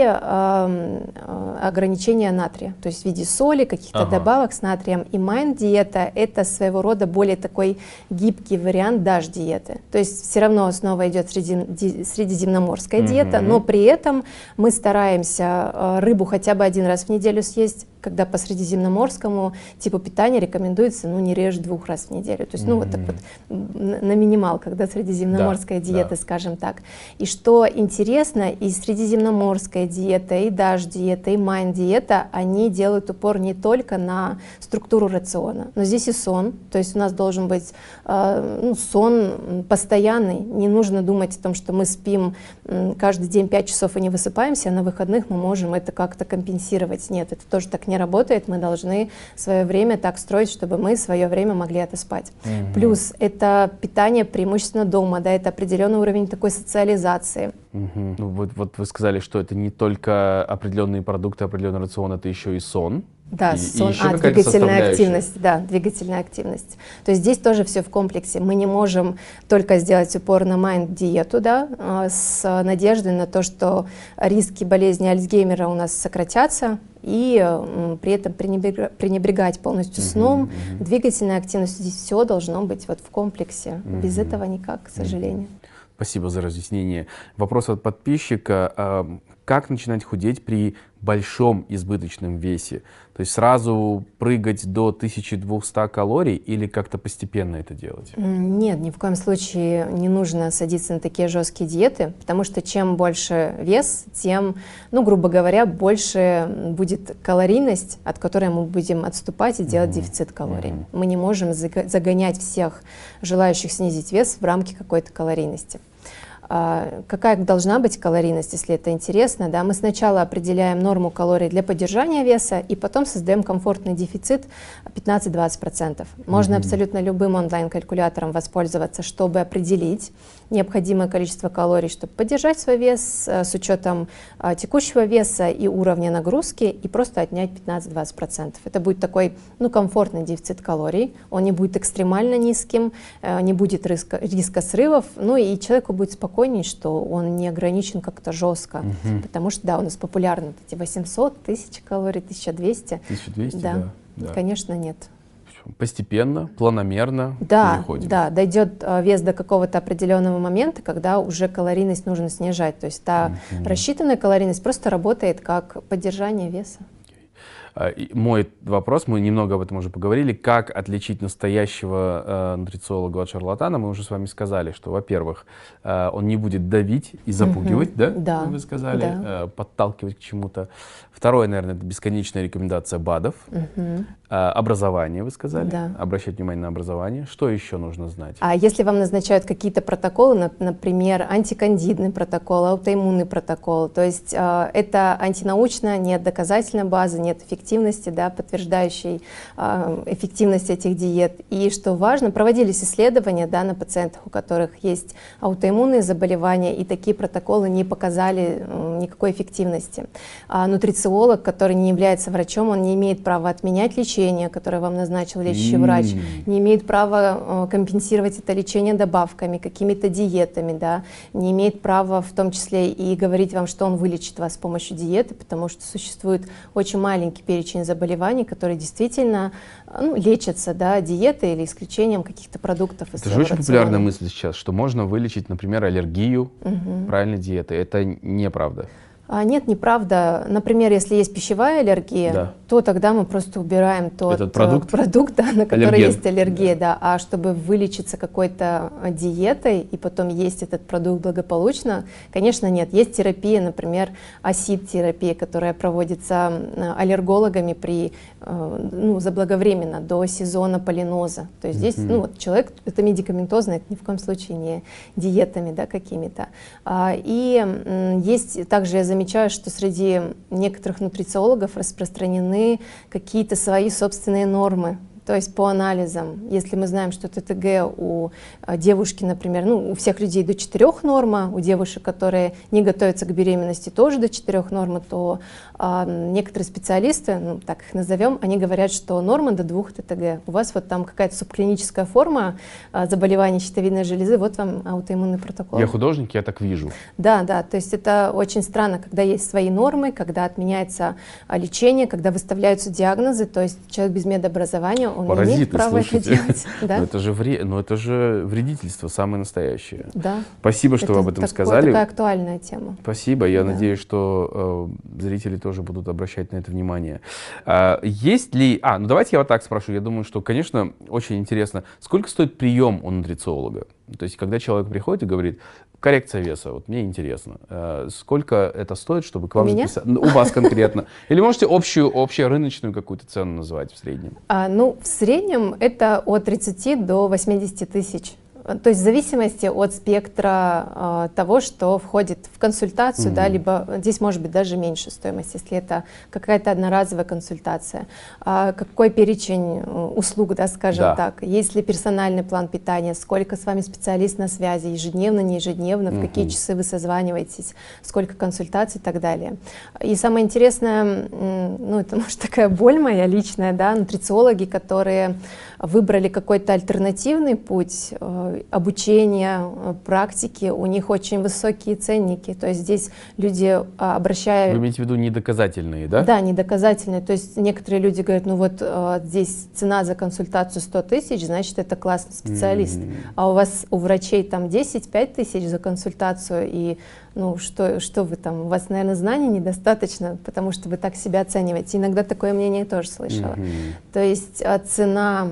ограничение натрия, то есть в виде соли, каких-то добавок с натрием. И майнд-диета — это своего рода более такой гибкий вариант DASH-диеты. То есть все равно основа идет средиземноморская диета, но при этом мы стараемся рыбу хотя бы 1 раз в неделю съесть, когда по средиземноморскому типу питания рекомендуется не реже 2 раз в неделю. То есть вот так вот на минимал, когда средиземноморская диета, скажем так. И что интересно, и средиземноморская диета, и DASH-диета, и майнд-диета, они делают упор не только на структуру рациона, но здесь и сон. То есть у нас должен быть сон постоянный. Не нужно думать о том, что мы спим каждый день 5 часов и не высыпаемся, а на выходных мы можем это как-то компенсировать. Нет, это тоже так не работает. Мы должны свое время так строить, чтобы мы свое время могли отоспать. Плюс это питание преимущественно дома, да, это определенный уровень такой социализации. Вот вы сказали, что это не только определенные продукты, определенный рацион, это еще и сон. Да, сон, двигательная активность, да, двигательная активность. То есть здесь тоже все в комплексе. Мы не можем только сделать упор на майнд-диету, да, с надеждой на то, что риски болезни Альцгеймера у нас сократятся, и при этом пренебрегать полностью сном, двигательной активностью. Здесь все должно быть вот в комплексе. Без этого никак, к сожалению. Спасибо за разъяснение. Вопрос от подписчика. как начинать худеть при большом избыточном весе? То есть сразу прыгать до 1200 калорий или как-то постепенно это делать? Нет, ни в коем случае не нужно садиться на такие жесткие диеты, потому что чем больше вес, тем, ну, грубо говоря, больше будет калорийность, от которой мы будем отступать и делать дефицит калорий. Мы не можем загонять всех желающих снизить вес в рамки какой-то калорийности. Какая должна быть калорийность, если это интересно? Да? Мы сначала определяем норму калорий для поддержания веса и потом создаем комфортный дефицит 15-20%. Можно абсолютно любым онлайн-калькулятором воспользоваться, чтобы определить необходимое количество калорий, чтобы поддержать свой вес с учетом текущего веса и уровня нагрузки и просто отнять 15-20%. Это будет такой, ну, комфортный дефицит калорий, он не будет экстремально низким, не будет риска срывов, ну и человеку будет спокойней, что он не ограничен как-то жестко, потому что, да, у нас популярны эти 800, 1000 калорий, 1200. 1200, да. Конечно, нет. Постепенно, планомерно переходим. Да, дойдет вес до какого-то определенного момента, когда уже калорийность нужно снижать. То есть та рассчитанная калорийность просто работает как поддержание веса. Мой вопрос, мы немного об этом уже поговорили, как отличить настоящего нутрициолога от шарлатана. Мы уже с вами сказали, что, во-первых, он не будет давить и запугивать, да? Вы сказали, подталкивать к чему-то. Второе, наверное, это бесконечная рекомендация БАДов. Образование, вы сказали, обращать внимание на образование. Что еще нужно знать? А если вам назначают какие-то протоколы, например, антикандидный протокол, аутоиммунный протокол, то есть это антинаучная, нет доказательной базы, нет эффективности, да, подтверждающей эффективность этих диет. И что важно, проводились исследования, да, на пациентах, у которых есть аутоиммунные заболевания, и такие протоколы не показали никакой эффективности. Нутрициолог, который не является врачом, он не имеет права отменять лечение, которое вам назначил лечащий врач, не имеет права компенсировать это лечение добавками, какими-то диетами, да, не имеет права в том числе и говорить вам, что он вылечит вас с помощью диеты, потому что существует очень маленький перечень заболеваний, которые действительно, ну, лечатся, да, диетой или исключением каких-то продуктов. Это же очень популярная мысль сейчас, что можно вылечить, например, аллергию правильной диетой. Это неправда. Нет, неправда. Например, если есть пищевая аллергия, то тогда мы просто убираем тот продукт, да, на который есть аллергия. Да. А чтобы вылечиться какой-то диетой и потом есть этот продукт благополучно, конечно, нет. Есть терапия, например, АСИД-терапия, которая проводится аллергологами заблаговременно, до сезона полиноза. То есть здесь вот человек, это медикаментозно, это ни в коем случае не диетами, да, какими-то. И есть также, я замечаю, что среди некоторых нутрициологов распространены какие-то свои собственные нормы. То есть по анализам, если мы знаем, что ТТГ у девушки, например, ну, у всех людей до 4 норма, у девушек, которые не готовятся к беременности, тоже до 4 нормы, то некоторые специалисты, ну, так их назовем, они говорят, что норма до 2 ТТГ. У вас вот там какая-то субклиническая форма заболевания щитовидной железы, вот вам аутоиммунный протокол. Я художник, я так вижу. Да, то есть это очень странно, когда есть свои нормы, когда отменяется лечение, когда выставляются диагнозы, то есть человек без медобразования, он не имеет права это делать. Да? Но это же вредительство самое настоящее. Да. Спасибо, что вы об этом сказали. Такая актуальная тема. Спасибо. Я надеюсь, что зрители тоже будут обращать на это внимание. Есть ли... ну давайте я вот так спрошу. Я думаю, что, конечно, очень интересно. Сколько стоит прием у нутрициолога? То есть, когда человек приходит и говорит, коррекция веса, вот мне интересно, сколько это стоит, чтобы к вам записаться? У вас конкретно. Или можете общую рыночную какую-то цену называть в среднем? Ну, в среднем это от 30 до 80 тысяч. То есть в зависимости от спектра того, что входит в консультацию, да, либо здесь может быть даже меньше стоимость, если это какая-то одноразовая консультация. Какой перечень услуг, да, скажем так, есть ли персональный план питания, сколько с вами специалист на связи, ежедневно, не ежедневно, в какие часы вы созваниваетесь, сколько консультаций и так далее. И самое интересное, ну это может такая боль моя личная, да, нутрициологи, которые выбрали какой-то альтернативный путь, обучения, практики, у них очень высокие ценники. То есть здесь люди обращают... Вы имеете в виду недоказательные, да? Да, недоказательные. То есть некоторые люди говорят, ну вот здесь цена за консультацию 100 тысяч, значит, это классный специалист. А у вас, у врачей там 10-5 тысяч за консультацию, и ну что вы там, у вас, наверное, знаний недостаточно, потому что вы так себя оцениваете. Иногда такое мнение я тоже слышала. То есть цена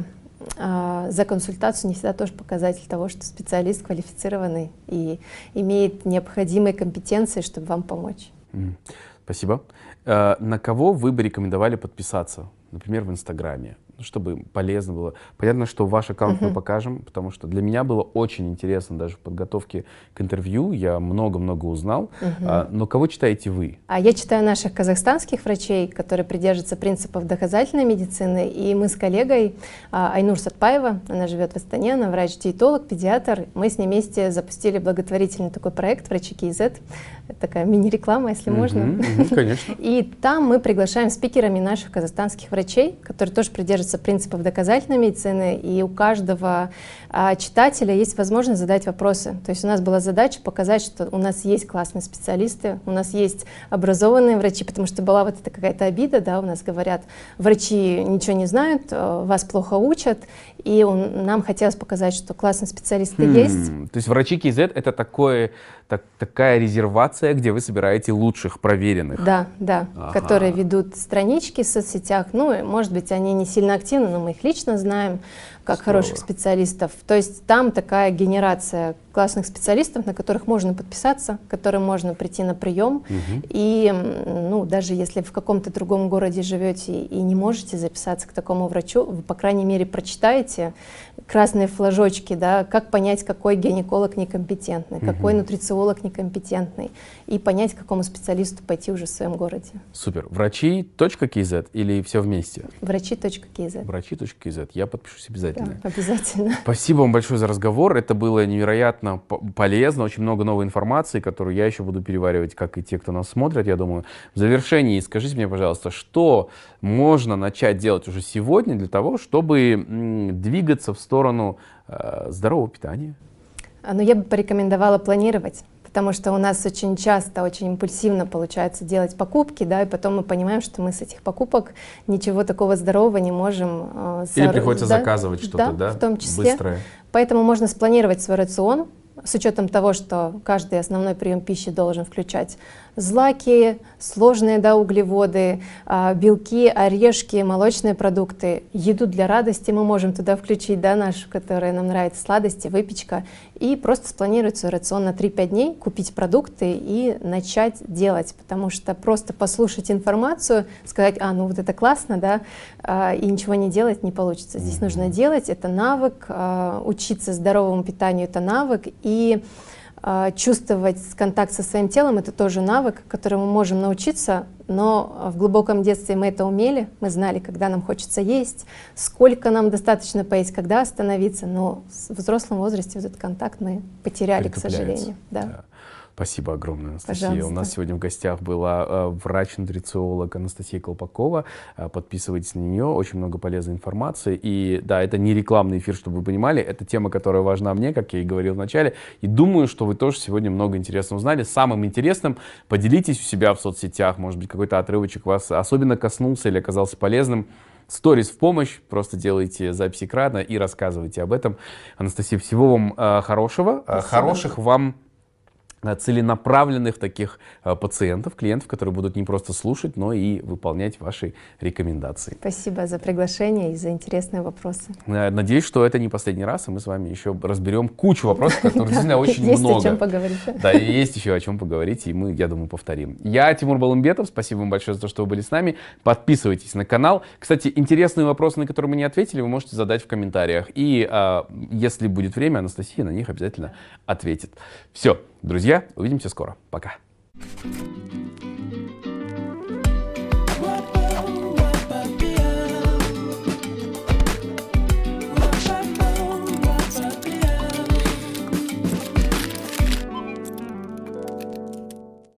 за консультацию не всегда тоже показатель того, что специалист квалифицированный и имеет необходимые компетенции, чтобы вам помочь. Спасибо. На кого вы бы рекомендовали подписаться, например, в Инстаграме, чтобы полезно было? Понятно, что ваш аккаунт мы покажем, потому что для меня было очень интересно даже в подготовке к интервью, я много-много узнал. Но кого читаете вы? Я читаю наших казахстанских врачей, которые придерживаются принципов доказательной медицины, и мы с коллегой Айнур Сатпаева, она живет в Астане, она врач-диетолог, педиатр, мы с ней вместе запустили благотворительный такой проект «Врачи КИЗ», такая мини-реклама, если можно. Конечно. И там мы приглашаем спикерами наших казахстанских врачей, которые тоже придерживаются принципов доказательной медицины, и у каждого читателя есть возможность задать вопросы. То есть у нас была задача показать, что у нас есть классные специалисты, у нас есть образованные врачи, потому что была вот эта какая-то обида, да, у нас говорят, врачи ничего не знают, вас плохо учат, и нам хотелось показать, что классные специалисты есть. То есть врачи КИЗ — это такая резервация, где вы собираете лучших, проверенных. Да, которые ведут странички в соцсетях. Ну, может быть, они не сильно активны, но мы их лично знаем, как хороших специалистов. То есть там такая генерация классных специалистов, на которых можно подписаться, к которым можно прийти на прием. И ну, даже если в каком-то другом городе живете и не можете записаться к такому врачу, вы, по крайней мере, прочитаете красные флажочки, да, как понять, какой гинеколог некомпетентный, какой нутрициолог некомпетентный, и понять, к какому специалисту пойти уже в своем городе. Супер. Врачи.кз или все вместе? Врачи.кз. Врачи.кз. Я подпишусь обязательно. Да, обязательно. Спасибо вам большое за разговор. Это было невероятно полезно, очень много новой информации, которую я еще буду переваривать, как и те, кто нас смотрит, я думаю. В завершении скажите мне, пожалуйста, что можно начать делать уже сегодня для того, чтобы двигаться в сторону здорового питания? Ну, я бы порекомендовала планировать. Потому что у нас очень часто, очень импульсивно получается делать покупки, да, и потом мы понимаем, что мы с этих покупок ничего такого здорового не можем... Или приходится заказывать что-то, да, в том числе. Быстрое. Поэтому можно спланировать свой рацион, с учетом того, что каждый основной прием пищи должен включать злаки, сложные, да, углеводы, белки, орешки, молочные продукты, еду для радости мы можем туда включить, да, нашу, которая нам нравится, сладости, выпечка, и просто спланировать свой рацион на 3-5 дней, купить продукты и начать делать, потому что просто послушать информацию, сказать, ну вот это классно, да, и ничего не делать не получится. Здесь нужно делать, это навык, учиться здоровому питанию — это навык, и чувствовать контакт со своим телом — это тоже навык, которому мы можем научиться, но в глубоком детстве мы это умели, мы знали, когда нам хочется есть, сколько нам достаточно поесть, когда остановиться, но в взрослом возрасте вот этот контакт мы потеряли, к сожалению. Да. Спасибо огромное, Анастасия. Пожалуйста. У нас сегодня в гостях была врач-нутрициолог Анастасия Колпакова. Подписывайтесь на нее, очень много полезной информации. И да, это не рекламный эфир, чтобы вы понимали, это тема, которая важна мне, как я и говорил в начале. И думаю, что вы тоже сегодня много интересного узнали. Самым интересным поделитесь у себя в соцсетях, может быть, какой-то отрывочек вас особенно коснулся или оказался полезным. Сторис в помощь, просто делайте запись экрана и рассказывайте об этом. Анастасия, всего вам хорошего, хороших вам целенаправленных таких пациентов, клиентов, которые будут не просто слушать, но и выполнять ваши рекомендации. Спасибо за приглашение и за интересные вопросы. Надеюсь, что это не последний раз, и мы с вами еще разберем кучу вопросов, которых действительно очень много. Есть о чем поговорить. Да, и есть еще о чем поговорить, и мы, я думаю, повторим. Я Тимур Балымбетов, спасибо вам большое за то, что вы были с нами. Подписывайтесь на канал. Кстати, интересные вопросы, на которые мы не ответили, вы можете задать в комментариях. И если будет время, Анастасия на них обязательно ответит. Все. Друзья, увидимся скоро. Пока.